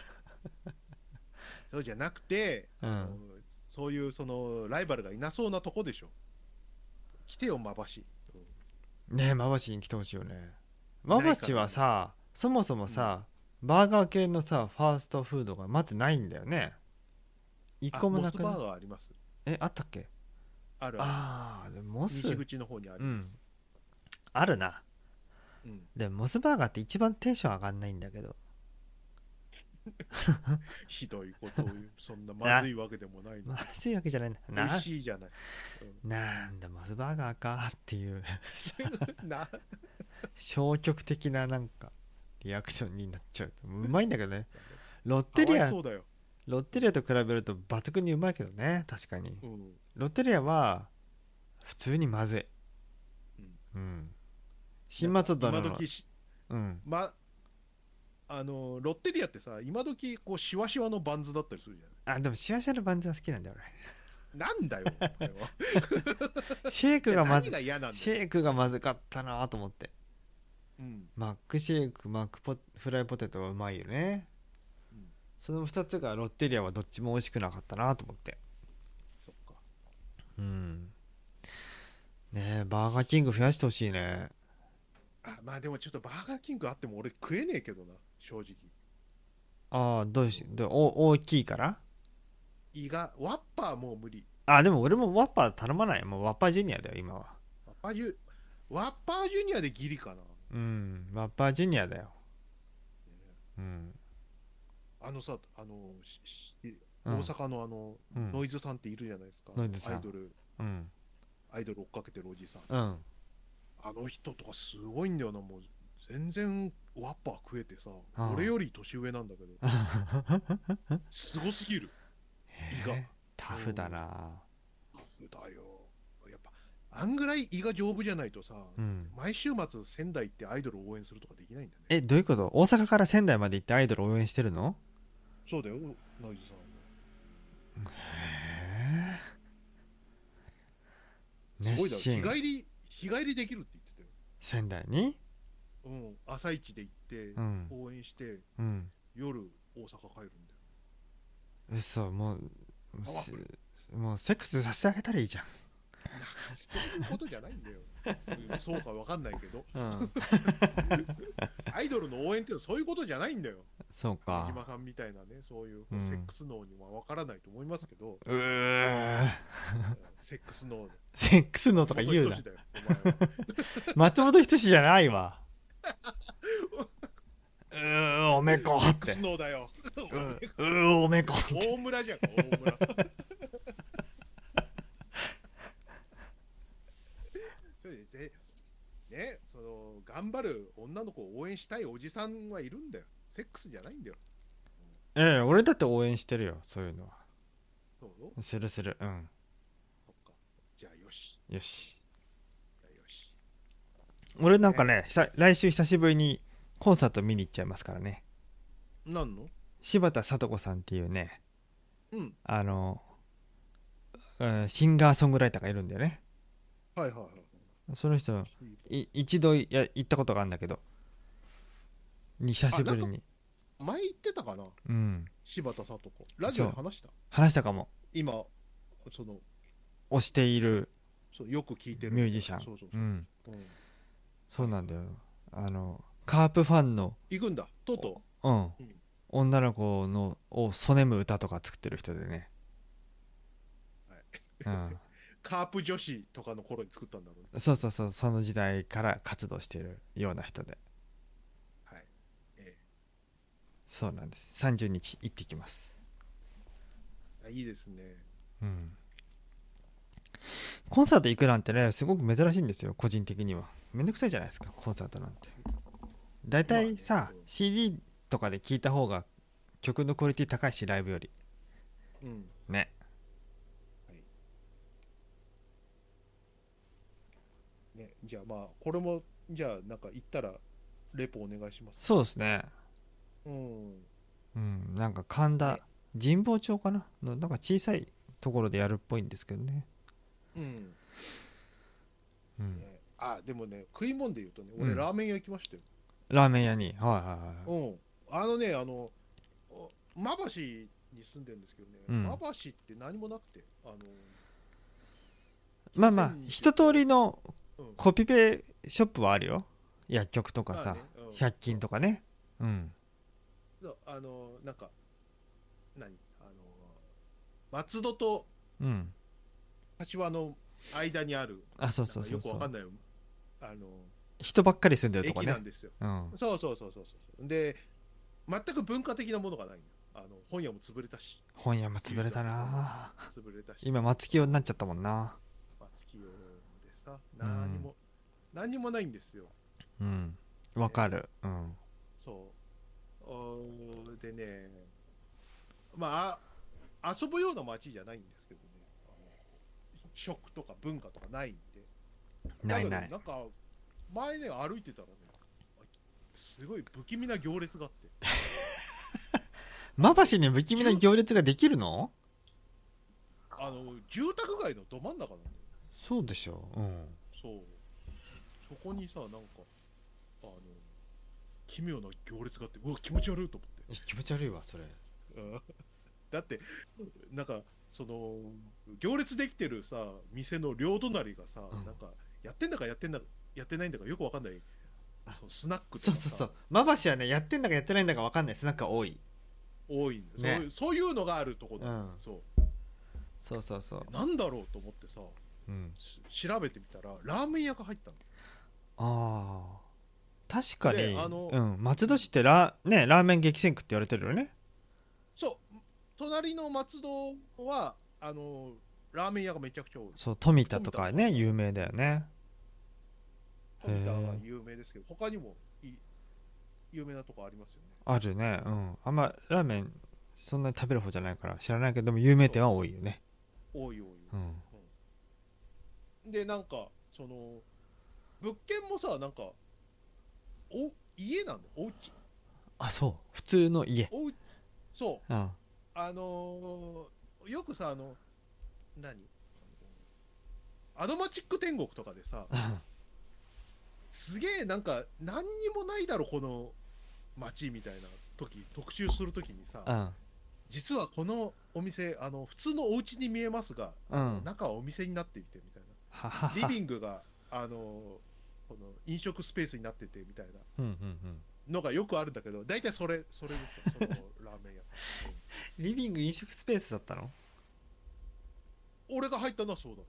そうじゃなくて、 うん、 あのそういうそのライバルがいなそうなとこでしょ。来てよまばし、うん、 ねえまばしに来てほしいよね。まばしはさ、そもそもさ、うん、バーガー系のさファーストフードがまずないんだよね。一個もなくない？ モスバーガーあります。 え、あったっけ？ あるある。 ああ、でもモス西口の方にあります、 うん、あるな、 うん、 でもモスバーガーって一番テンション上がんないんだけど。 ひどいことを言う。そんなまずいわけでもないの。 まずいわけじゃないんだ美味しいじゃない、 うん、なんだモスバーガーかっていうな消極的ななんかリアクションになっちゃう。うまいんだけどね。ロッテリアそうだよ。 ロッテリアと比べると抜群にうまいけどね、確かに、 うん、 ロッテリアは普通にまずい、うん、うん、新松戸の今時し、 うん、 まあのロッテリアってさ、今時こうシワシワのバンズだったりするじゃない。 あ、でもシワシワのバンズは好きなんだよなんだよお前は俺シェイクがまず何が嫌なんだよ。 シェイクがまずかったなと思って、 うん、 マックシェイク、マックポフライポテトはうまいよね、 うん、 そのふたつがロッテリアはどっちも美味しくなかったなと思って。 そっか。 うんねえ、バーガーキング増やしてほしいね。 あ、まあでもちょっとバーガーキングあっても俺食えねえけどな、正直。 ああ、どうしどうお大きいから。 胃がワッパーもう無理。 あ、でも俺もワッパー頼まない。もうワッパージュニアだよ今は。 ワッパージュワッパージュニアでギリかな。 うん、ワッパージュニアだよ。うん、 あのさ、あのししうん大阪のあの、 うん、 ノイズさんっているじゃないですか。 ノイズさん、 アイドル、 うん、 アイドル追っかけてるおじさん。 うん、 あの人とかすごいんだよな、もう全然ワッパー食えてさ、 ああ俺より年上なんだけど、すごすぎる、胃が。 へえタフだな。 タフだよ。やっぱ、あんぐらい胃が丈夫じゃないとさ、 うん、 毎週末仙台行ってアイドルを応援するとかできないんだね。 え、どういうこと？大阪から仙台まで行ってアイドル応援してるの？ そうだよ、ノイズさん。 へえ、 すごいだろ。 熱心。 日帰り、日帰りできるって言ってたよ。 仙台に、 うん、朝一で行って、 うん、 応援して、 うん、 夜大阪帰るんだよ。 嘘、もうパワフル。 もうセックスさせてあげたらいいじゃん。 そういうことじゃないんだよ。うん、そうかわかんないけど、 うん、 アイドルの応援っていうのはそういうことじゃないんだよ。 そうか。 木島さんみたいなね、そういううんセックス脳にはわからないと思いますけど、 うーセックス脳で。 セックスのとか言うな。 松本人志だよお前は。 松本人志じゃないわ。うーおめこってセックス。脳だよ。 ううーおめこって。 大村じゃんか、大村。それでね、その頑張る女の子を応援したいおじさんはいるんだよ。セックスじゃないんだよ。 ええ、俺だって応援してるよ、そういうのは。 そうするする、うん。 そっか。じゃあよし。 よし。 じゃあよし。 俺なんかね、久来週久しぶりにコンサート見に行っちゃいますからね。 なんの？ 柴田聡子さんっていうね、 うん。 あの、うん、シンガーソングライターがいるんだよね。 はいはいはい。 その人い一度や行ったことがあるんだけど、に久しぶりに。 前言ってたかな、 うん、 柴田聡子。ラジオで話した？ 話したかも。 今、その、 推しているそうよく聞いてるミュージシャン。 そうそうそう。 うん、 うん、 そうなんだよ。あのカープファンの、 行くんだ、とうとうん、 う。うん、 女の子のをそねむ歌とか作ってる人でね。 はい、 うん、 カープ女子とかの頃に作ったんだろうね。 そうそうそう、その時代から活動しているような人で。 はい。えそうなんです。さんじゅうにち行ってきます。 え、いいですね。 うん。コンサート行くなんてね、すごく珍しいんですよ、個人的には。めんどくさいじゃないですか、コンサートなんて。だいたいさ、 まあね、 シーディー とかで聴いた方が曲のクオリティ高いし、ライブより。 うん。 ね。 はい。ね、じゃあまあ、これも、じゃあなんか行ったら、 レポお願いします。 そうですね。 うん、 うん、なんか神田神保町かなのなんか小さいところでやるっぽいんですけどね。 うん、 うんね、あ、でもね、食い物で言うとね、 うん、 俺ラーメン屋行きましたよ。 ラーメン屋に、はいはいはい。 うん、あのね、あの、馬橋に住んでるんですけどね、 うん、 馬橋って何もなくて、あの、 まあまあ一通りのうん、 コピペショップはあるよ。薬局とかさ、 まあね、うん、 ひゃく均とかね。うん。 そうあの、なんか、何あの、松戸とうん。 柏の間にある、 あ、そうなんかそうそうそう。 よくわかんない、あの、 人ばっかり住んでるとこね。 駅なんですよ。 うん。 そうそうそうそうそう。で、全く文化的なものがないの。あの本屋も潰れたし、 本屋も潰れたな。 潰れたし、 今松清になっちゃったもんな。 松清でさ、 うん。 何も、何もないんですよ。 うん。わかる。うん。 そう。おーでね、まあ、あ遊ぶような街じゃないんですけどね、あの食とか文化とかないんで。だけど、 ないない。 なんか、前ね、歩いてたらね、すごい不気味な行列があって。あの、 馬橋に不気味な住行列ができるの？ あの住宅街のど真ん中なんだよ。 そうでしょう。うん。 そう。そこにさ、なんか、あの、奇妙な行列があって、うわ、気持ち悪いと思っ気持ち悪いわそれ。 て。うんだって、なんか、その、行列できてるさ、店の両隣がさ、 うん。 なんか、やってんだかやってんだか、やってないんだかよくわかんない、そのスナックとかさ、 そうそうそう。馬橋はね、やってんだかやってないんだか分かんないスナックが多い。 多いんだよ。そうね。 いう、そういうのがあるとこなの。 うん。 そう。 そうそうそう。 でなんだろうと思ってさ、 うん。 し調べてみたら、ラーメン屋が入ったの。 ああ。確かで、あに、 の、 うん。松戸市っうん、 てラ,、ね、ラーメン激戦区って言われてるよね。 そう、隣の松戸は、あの、ラーメン屋がめちゃくちゃ多い。 そう、富田富とかね、 田もあるから、 有名だよね。へ富田はえ。 有名ですけど、他にもい有名なとこありますよね。 あるね。うん。あんまラーメン、そんなに食べる方じゃないから知らないけども、有名そう、 店は多いよね。 多い多い多い。 うん。 うん、で、なんか、その、物件もさ、なんか、お家なの、お家あ、そう。普通の家。 おうそう、 うん。 あのーよくさ、あの、何アドマチック天国とかでさ、 うん。 すげえなんか、何にもないだろ、この街みたいな時、特集するときにさ、 うん。 実はこのお店、あの普通のお家に見えますが、あのうん。 中はお店になっていてみたいな、リははは。 ビングがあのこの飲食スペースになっててみたいなうんうんうん。 のがよくあるんだけど、大体それ、それですよ、そのラーメン屋さん。うんリビング飲食スペースだったの？ 俺が入ったのはそうだった。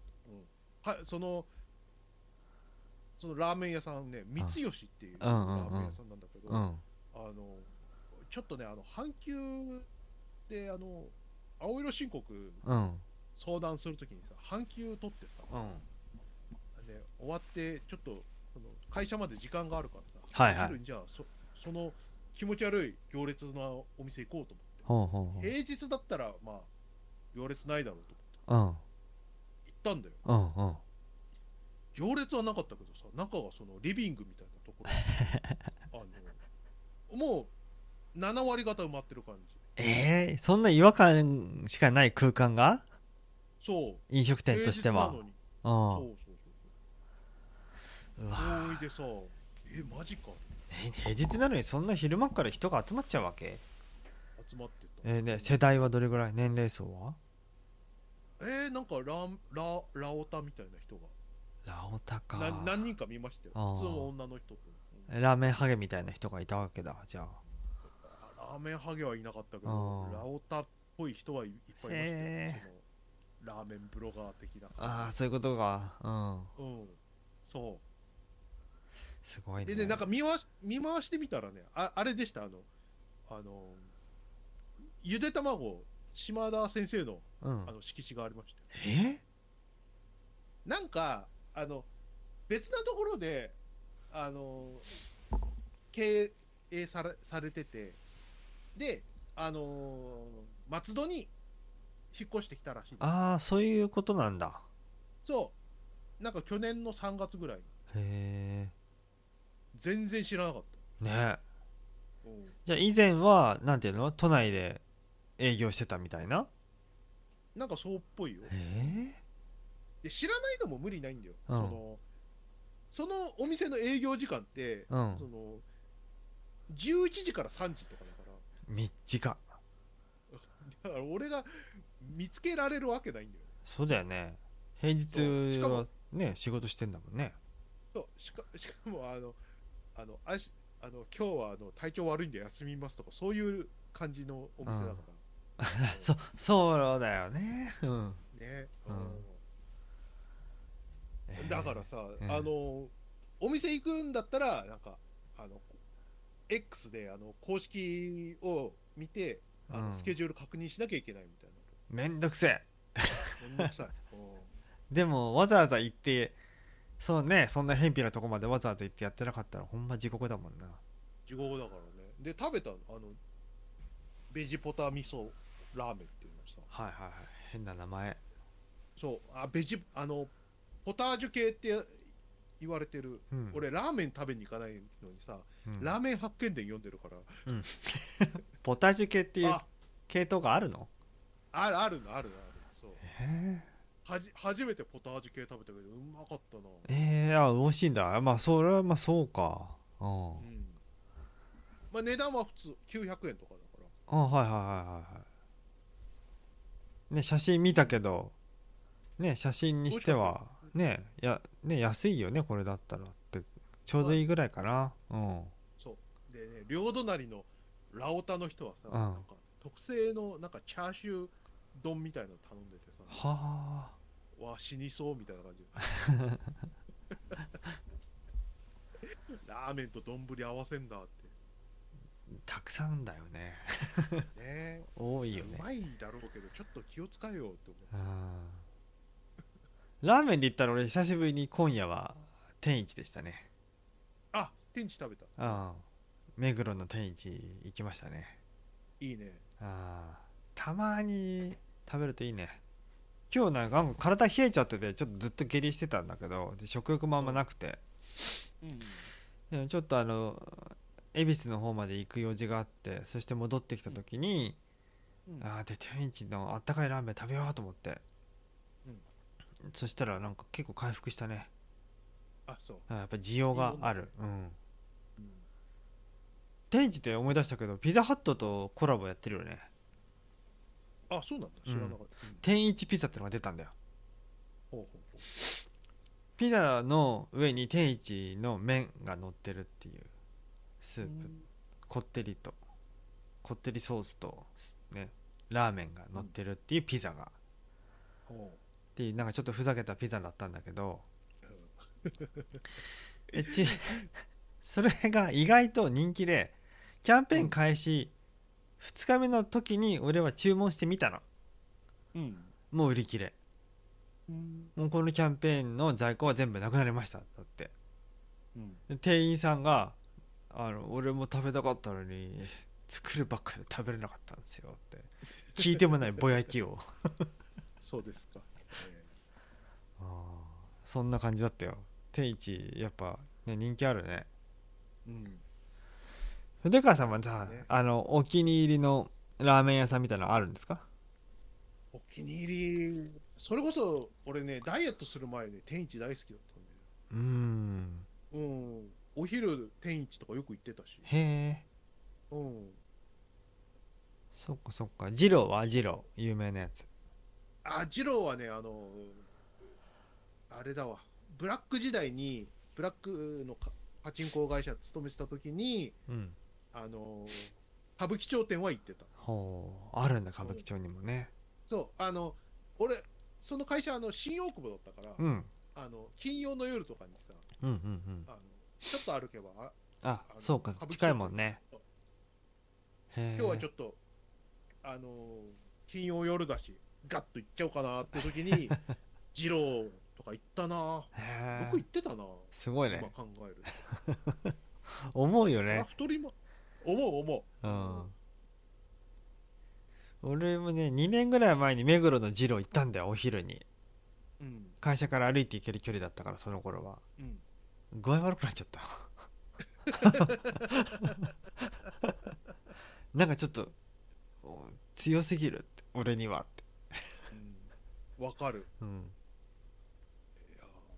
うん、はい、その、そのラーメン屋さんね、三吉っていううんうんうんラーメン屋さんなんだけど、 うん。 あの、ちょっとね、あの、阪急で、あの、青色申告うん。 相談するときにさ、阪急取ってさ、 うん。 ね、終わってちょっとその会社まで時間があるからさ、おはいはい。 昼にじゃあ そ, その気持ち悪い行列のお店行こうと思ほうほうほって、平日だったらまあ行列ないだろうとう。うん。 思って行ったんだよ。 うんうん。 行列はなかったけどさ、中がそのリビングみたいなところで、あのもうなな割方埋まってる感じ。 えー、そんな違和感しかない空間がそう、 飲食店平としては。 日なのに。 うん。 そうそうそううわそう。ほいでさ、えマジか、 え平日なのにそんな昼間から人が集まっちゃうわけ？ 集まってた。 えー、ね、世代はどれぐらい？年齢層は？ うん、えー、なんかラララオタみたいな人がラオタなか。 何人か見ましたよ。普通のあ女の人と、 あ。ラーメンハゲみたいな人がいたわけだ、じゃあ。 うん、ラーメンハゲはいなかったけど、 あラオタっぽい人はい、いっぱいいましたよ。 へえ。 そのラーメンブロガー的な感ああ、そういうことか。うん。 じ。うん、そすごいう。でね、なんね。 か見回し見回してみたらね、ああれでした、あの、あの、ゆで卵、島田先生のうん。 あの色紙がありましたよ。 えなんか、あの、別なところで、あの、経営されされてて、で、あの松戸に引っ越してきたらしいんですよ。 ああ、そういうことなんだ。 そう、なんか去年のさんがつぐらいに。 へえ。 全然知らなかっね。 うん、 じゃあ以前はなんていうの、都内で営業してたみたいな。 なんかそうっぽいよ。 えで知らないのも無理ないんだよ。 えー、うんそのそのお店の営業時間って、 うんそのじゅういちじからさんじとかだから、 短。 だから俺が見つけられるわけないんだよね。 そうだよね。平日はそうしかもね仕事してんだもんね。 そうしかしかもあのあのあしあの今日はあの体調悪いんで休みますとかそういう感じのお店だから、 そそうだよね。うん。 うんね、 うんうんえーだからさ、 えーあのお店行くんだったらなんかあの X であの公式を見てあの、 うんスケジュール確認しなきゃいけないみたいめんどくせえ。 な。めんどくさい。うんでもわざわざ行ってそうね、そんな偏僻なとこまでわざわざ行ってやってなかったらほんま地獄だもんな。 地獄だからね。で食べたのあのベジポタ味噌ラーメンっていうのさ、 はいはいはい。変な名前。 そうあベジあのポタージュ系って言われてる、 うん俺ラーメン食べに行かないのにさ、 うんラーメン発見伝読んでるから、 ポタジュ系っていうあ系統があるの？ あるあるのあるのあるそうへはじ初めてポタージュ系食べたけどうまかったな。 ええー、あ美味しいんだ。まあそれはまあそうか。うん。 うんまあ値段は普通きゅうひゃくえんとかだからあはいはいはいはいはい。ね写真見たけどね写真にしてはねやね安いよねこれだったらってちょうどいいぐらいかな。うん。 そうでね両隣のラオタの人はさ、 うんなんか特製のなんかチャーシュー丼みたいなの頼んでてさ、 はあ。 わ死にそうみたいな感じラーメンと丼合わせんだってたくさんだよね。 ね多いよね。 うまいだろうけどちょっと気を使えよって思うんラーメンで言ったら俺久しぶりに今夜は天一でしたね。 う。あ天地食べた。 ああ目黒の天一行きましたね。 いいね。 ああたまに食べるといいね。今日なんか体冷えちゃっててちょっとずっと下痢してたんだけどで食欲もあんまなくて、 うんでもちょっとあの恵比寿の方まで行く用事があってそして戻ってきた時に、 うんああで天一のあったかいラーメン食べようと思って、 うん、 そしたらなんか結構回復したね。 あそう。 あやっぱ需要がある。うんうん天一って思い出したけどピザハットとコラボやってるよね。 あそうなんだ知らなかった。うん天一ピザってのが出たんだよ。 ほうほうほピザの上に天一の麺が乗ってるっていうスーう。 プ、 うんこってりとこってりソースとねラーメンが乗ってるっていうピザが、 ほっていうなんかちょっとふざけたピザだったんだけどうえちそれが意外と人気でキャンペーン開始ふつかめの時に俺は注文してみたの。 うんもう売り切れ。 うんもうこのキャンペーンの在庫は全部なくなりましただって。 うんで店員さんがあの俺も食べたかったのに作るばっかで食べれなかったんですよって聞いてもないぼやきをそうですか。えあそんな感じだったよ。天一やっぱ、ね、人気あるね。 ーうん筆川さんはさ、 ねあのお気に入りのラーメン屋さんみたいなのあるんですか？ お気に入りそれこそ俺ねダイエットする前ね天一大好きだったんうーんだよ。うんお昼天一とかよく行ってたし。 へえうんそっかそっか。二郎は二郎有名なやつ。 あ二郎はねあのあれだわブラック時代にブラックのかパチンコ会社勤めてた時にうんあの歌舞伎町店は行ってた。 ほうあるんだ歌舞伎町にもね。 そうあの俺その会社あの新大久保だったから、 うんあの金曜の夜とかにさうんうんうんあのちょっと歩けばあああのそうか歌舞伎町近いもんね。 そうへえ今日はちょっとあの金曜夜だしガッと行っちゃおうかなって時に二郎とか行ったな。 へえよく行ってたなすごいね今考える思うよと。あね。 太りも思う思う。 うん俺もねにねんぐらい前に目黒の二郎行ったんだよお昼に。 うん会社から歩いて行ける距離だったからその頃はうん具合悪くなっちゃったなんかちょっと強すぎるって俺にはって。 うん、わかる。 うん、 い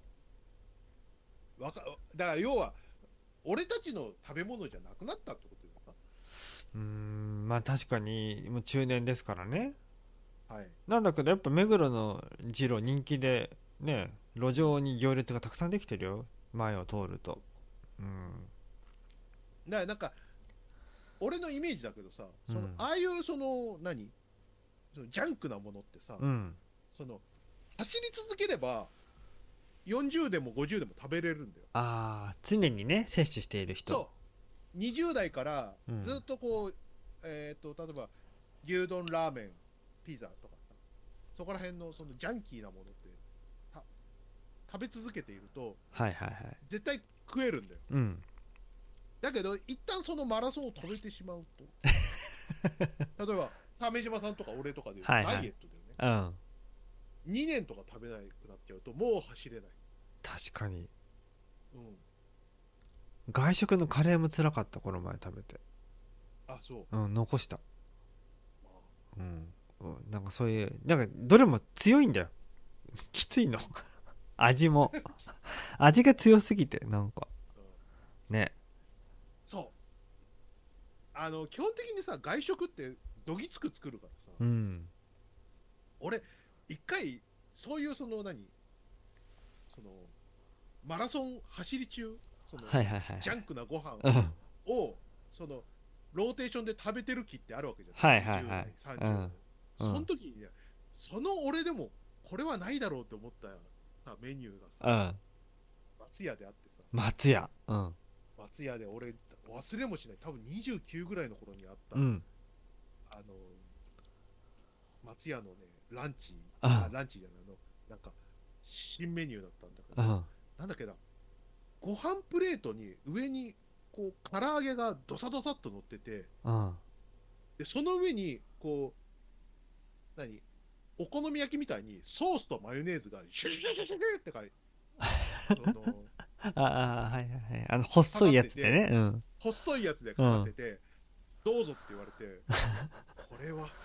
やわかだから要は俺たちの食べ物じゃなくなったってことですか。 うーん、まあ確かにもう中年ですからね。 はい。 なんだけどやっぱ目黒の二郎人気でね、路うん、 上に行列がたくさんできてるよ、前を通ると。うん、 だからなんか俺のイメージだけどさ、そのうん、 ああいうその何そのジャンクなものってさ、 うん、 その走り続ければよんじゅうでもごじゅうでも食べれるんだよ。 ああ常にね摂取している人。 そうにじゅう代からうん、 ずっとこう、えー、と例えば牛丼ラーメンピザとかさ、そこら辺のそのジャンキーなものってた食べ続けているとはいはいはい。 絶対食えるんだよ。 うん、 だけど一旦そのマラソンを止めてしまうと例えば鮫島さんとか俺とかでいうとはいはい。 ダイエットでね、 うん、 にねんとか食べなくなっちゃうともう走れない。 確かに。 うん、 外食のカレーも辛かった、この前食べて。 あそう、 うん、残した。 まあうん、うん、なんかそういうなんかどれも強いんだよ。きついの。味も味が強すぎてなんかうん、 ね。 そうあの基本的にさ外食ってどぎつく作るからさ、 うん、 俺一回そういうその何そのマラソン走り中そのはいはいはいジャンクなご飯はい。うん、 をそのローテーションで食べてる気ってあるわけじゃはいない、20 はいはい。 代さんじゅう代、 うん、うそのん、 時にねその俺でもこれはないだろうって思ったさメニューがさうん、 松屋であってさ、 松屋。うん、 松屋で俺忘れもしない多分にじゅうきゅうぐらいの頃にあったうん、 あの松屋のねランチ、 うん、 あランチじゃないあのなんか新メニューだったんだけど、 うん、 なんだっけな、ご飯プレートに上にこう唐揚げがドサドサっと乗ってて、 うん、 でその上にこう何お好み焼きみたいにソースとマヨネーズがシュシュシュシュシュって書いてそのああはいはいはい、あの細いやつでね。うん、 細いやつでかかってて、どうぞって言われてこれは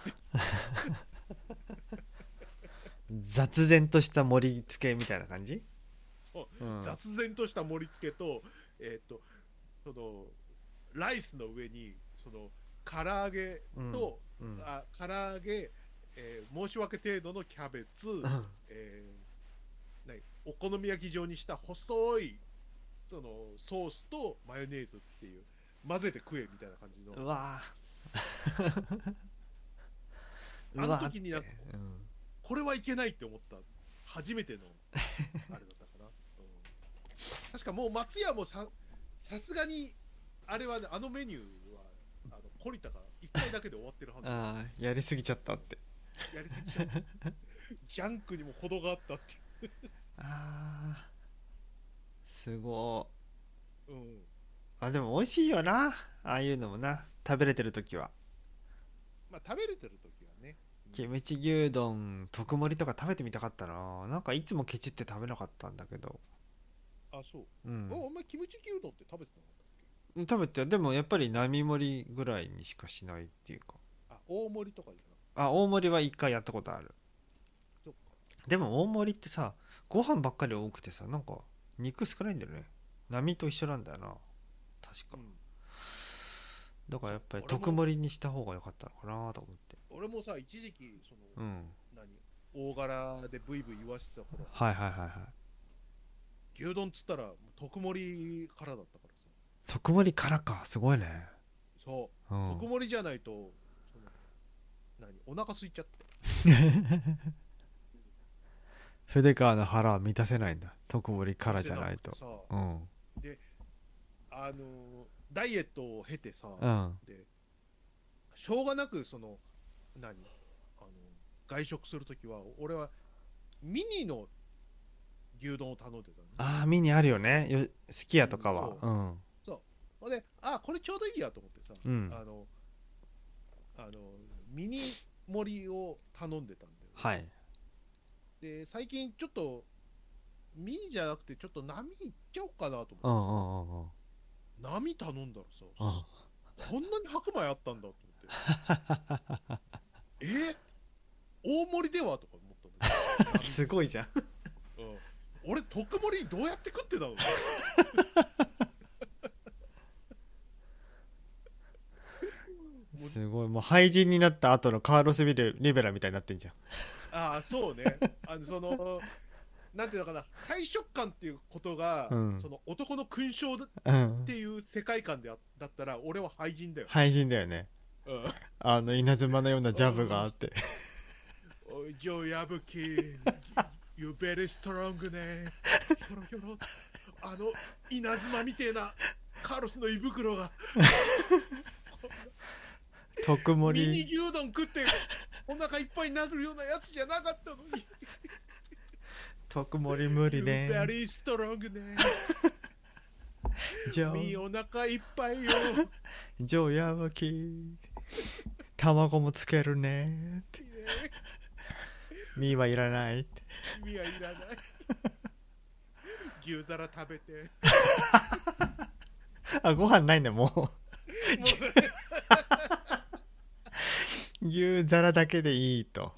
雑然とした盛り付けみたいな感じ。 そう、 うん、 雑然とした盛り付けとえっ、とそのライスの上にその唐揚げと、 うん、 あ唐揚げ、えー申し訳程度のキャベツ、 うん、 えー何お好み焼き状にした細いそのソースとマヨネーズっていう混ぜて食えみたいな感じの、 うわあのうわって、 時になんかうん、 これはいけないって思った初めてのあれだったかな、うん、確かもう松屋もささすがにあれはねあのメニューはあの懲りたからいっかいだけで終わってるはずだ。 ああやりすぎちゃったって。 やりすぎちゃったジャンクにも程があったってああすごうん、 い。あでも美味しいよな、ああいうのもな、食べれてる時は。 まあ食べれてる時はね、うん、 キムチ牛丼特盛りとか食べてみたかったな。なんかいつもケチって食べなかったんだけど。 あそう、 うんおお前キムチ牛丼って食べてなかったっけ。 食べて、でもやっぱり並盛りぐらいにしかしないっていうか。 あ大盛りとかじゃなくて。 あ大盛りは一回やったことある。 そっか。 でも大盛りってさご飯ばっかり多くてさ、なんか肉少ないんだよね。並と一緒なんだよな確か。 うん、 だからやっぱり俺も特盛りにした方が良かったのかなと思って。 俺もさ一時期そのうん何大柄でブイブイ言わせてた頃はいはいはいはい。 牛丼っつったらもう特盛りからだったからさ。 特盛りからか、すごいね。 そううん特盛りじゃないとその何お腹空いちゃって筆川の腹は満たせないんだ、特盛りからじゃないと。 さうんであのダイエットを経てさ、 うんでしょうがなくその何あの外食するときは俺はミニの牛丼を頼んでたのね。 ああミニあるよね、よすき家とかは。 うんそうそうであこれちょうどいいやと思ってさ、 うんあのあのミニ盛りを頼んでたんだよ。 はい。 で最近ちょっとミニじゃなくてちょっと波いっちゃおうかなと思ってさ、 うんうんうんうん波網頼んだらさ、 あこんなに白米あったんだと思ってえ大盛りではとか思ったんだけどすごいじゃん、 うん、俺特盛りどうやって食ってたのすごい、もう廃人になった後のカーロス・リベリベラみたいになってんじゃん。 ああそうね、あのそのなんていうのかな、大食感っていうことが、 うん、 その男の勲章っうん、 ていう世界観であだったら俺は廃人だよ、 廃人だよね。 うん、 あの稲妻のようなジャブがあっておいジョー矢吹You very strong ねひょろひょろ、あの稲妻みてえなカーロスの胃袋が特盛ミニり牛丼食ってお腹いっぱいになるようなやつじゃなかったのに特盛り無理 You ね very strong ねジョみお腹いっぱいよジョーやばき卵もつけるねってミーはいらないって君はいらない牛皿食べてあご飯ないんだももうう牛皿だけでいいと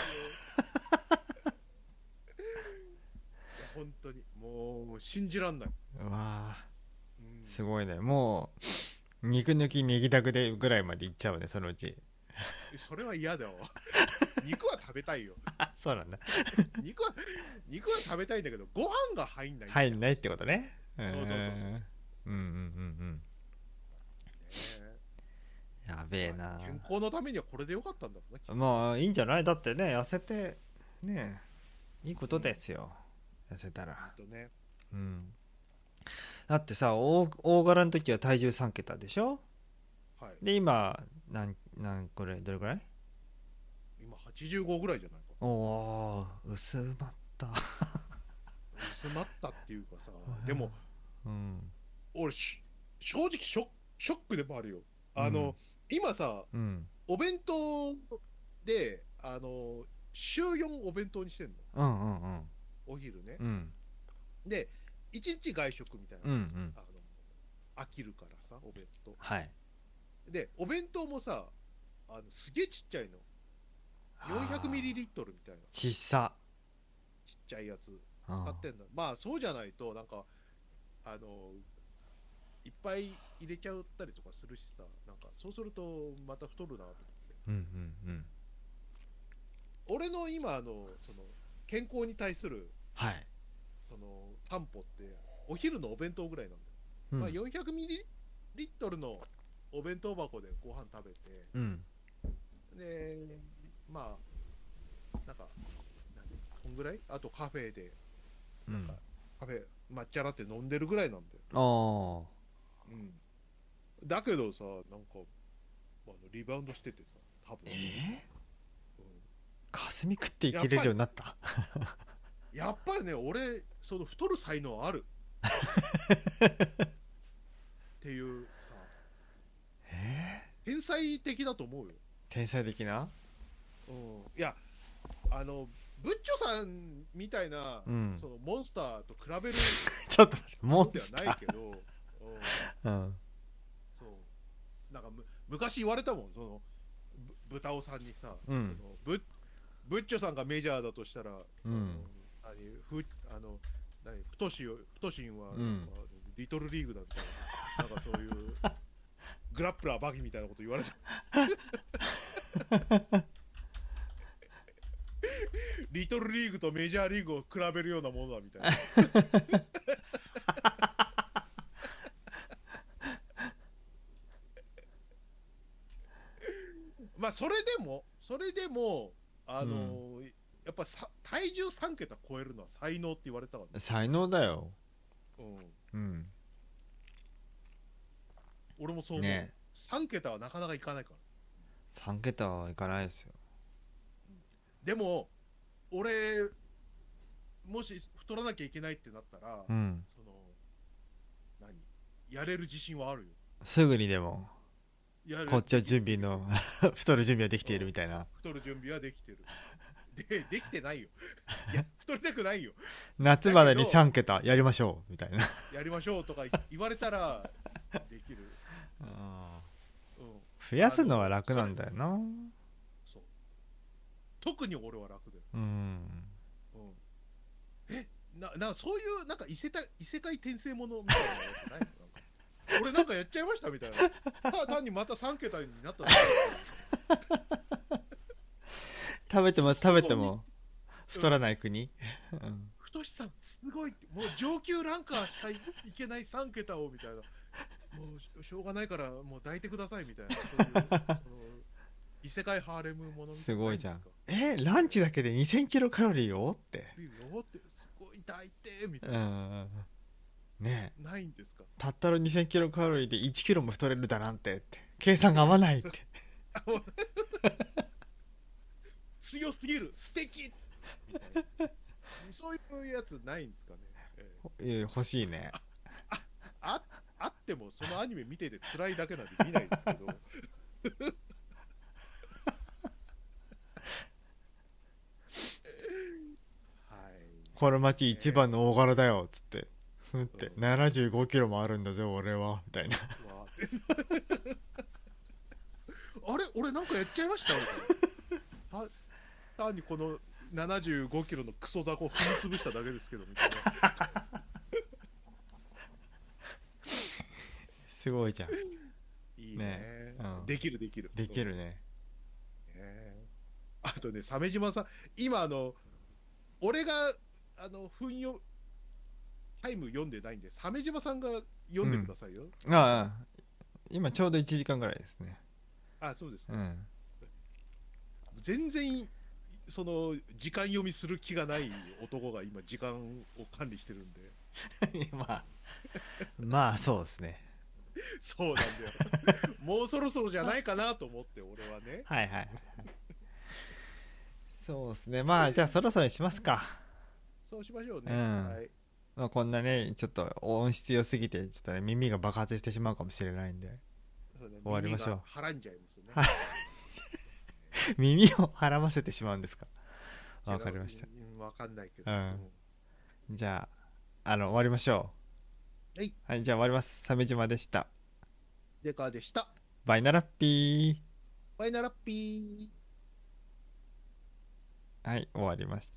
本当にもう信じらんない、 うわうん、 すごいね。もう肉抜きネギだくでぐらいまでいっちゃうねそのうち。 それは嫌だわ肉は食べたいよあそうなんだ肉は肉は食べたいんだけどご飯が入んないんだよ入んないってことね。 そうそうそうそううんうんうんうんねやべえな。 健康のためにはこれでよかったんだろうね。 まあいいんじゃない。だってね痩せてねいいことですよ、痩せたら。 ほんとね、 うんだってさ 大, 大柄の時は体重さん桁でしょ。 はい、 で今何何これどれくらい。 今はちじゅうごぐらいじゃないか。 おお薄まった薄まったっていうかさでも、 うん、 俺し正直ショショックでもあるよ。あの、 うん、 今さ、 うんお弁当であの週よんお弁当にしてんの、 うんうんうんお昼ね、 うんでいちにち外食みたいな、 うんうんあの飽きるからさお弁当はいで、お弁当もさあのすげえちっちゃいの よんひゃくミリリットル みたいなちっさちっちゃいやつうん買ってんだ。まあそうじゃないとなんかあのいっぱい入れちゃったりとかするしさ、なんかそうするとまた太るなと思って、 うんうんうん俺の今あのその健康に対するはいその担保ってお昼のお弁当ぐらいなんだよ、 うんまあ、よんひゃくミリリットル のお弁当箱でご飯食べて、 うんでまあなんか何こんぐらい、あとカフェでうんカフェ抹茶ラテ飲んでるぐらいなんだよ、 ああうん、だけどさなんかあのリバウンドしててさ多分、 えー、 うん、 霞食って生きれるようになった。 やっぱりね俺その太る才能あるっていうさ、 えー、 天才的だと思うよ、 天才的な。 うん、いやあのブッチョさんみたいな、 うん、 そのモンスターと比べるちょっと待ってもんではモンスターないけど、うん、 うんそうなんかむ昔言われたもん、そのぶ豚尾さんにさ、 うんそのブブッチョさんがメジャーだとしたら、 うんあのふあの何太し太しんはなんか、 うん、 リトルリーグだみたいな、なんかそういうグラップラーバキみたいなこと言われたリトルリーグとメジャーリーグを比べるようなものだみたいなまあそれでもそれでもあのーうん、やっぱさ体重さん桁超えるのは才能って言われたから、ね、 才能だよ。 うん、 うん、 俺もそう思う、ね、さん桁はなかなかいかないから。 さん桁はいかないですよ。 でも俺もし太らなきゃいけないってなったら、 うん、 その何やれる自信はあるよ。 すぐにでもこっちは準備の太る準備はできているみたいな。 太る準備はできてる。でできてないよ。いや太りたくないよ。 夏までにさん桁やりましょうみたいな。 やりましょうとか言われたらできる、 あうん、 増やすのは楽なんだよな。 そう特に俺は楽だよ、 うん、 うん、えななそういうなんか異世界異世界転生ものみたいなやつないの？なんか俺なんかやっちゃいましたみたいな、た単にまたさん桁になっただけ食べても食べても太らい、 ない国、うん、 太しさんすごいもう上級ランカーしかいけないさん桁をみたいな、もうしょうがないからもう抱いてくださいみたいな、そういうその異世界ハーレムものみたいな。 すごいじゃん。えランチだけでにせんキロカロリーよっていいよってすごい抱いてみたいうんな、 ねえないんですか？ たったのにせんキロカロリーでいちキロも太れるだなんてって計算が合わないって強すぎる素敵みたいな、そういうやつないんですかね、えいや欲しいね。 ーああってもそのアニメ見てて辛いだけなんで見ないですけどはいこの町一番の大柄だよっつってふんってうんななじゅうごキロもあるんだぜ俺はみたいなわあれ俺なんかやっちゃいましたみたいな、た単にこのななじゅうごキロのクソ雑魚を踏み潰しただけですけどみたいなすごいじゃん。 いいねねうんできるできるできるね。 うんねあとね鮫島さん今あの俺があの分よタイム読んでないんで鮫島さんが読んでくださいよ、 ああ今ちょうどいちじかんぐらいですね。 あそうですか、 うん全然その時間読みする気がない男が今時間を管理してるんでまあまあそうですね。 そうなんだよもうそろそろじゃないかなと思って俺はね、 はいはいそうですね。まあじゃあそろそろにしますか。 そうしましょうね、 うんはい、 まあ、こんなねちょっと音質良すぎてちょっと、ね、耳が爆発してしまうかもしれないんでそうね終わりましょう。 耳がはらんじゃいますよね耳をはませてしまうんですか。わかりました。 うんわかんないけど、 うんじゃああの終わりましょう。 はい、 はい、じゃあ終わります。鮫島でした。 デカでした。 バイナラッピバイナラッピー。 ー。はい終わりました。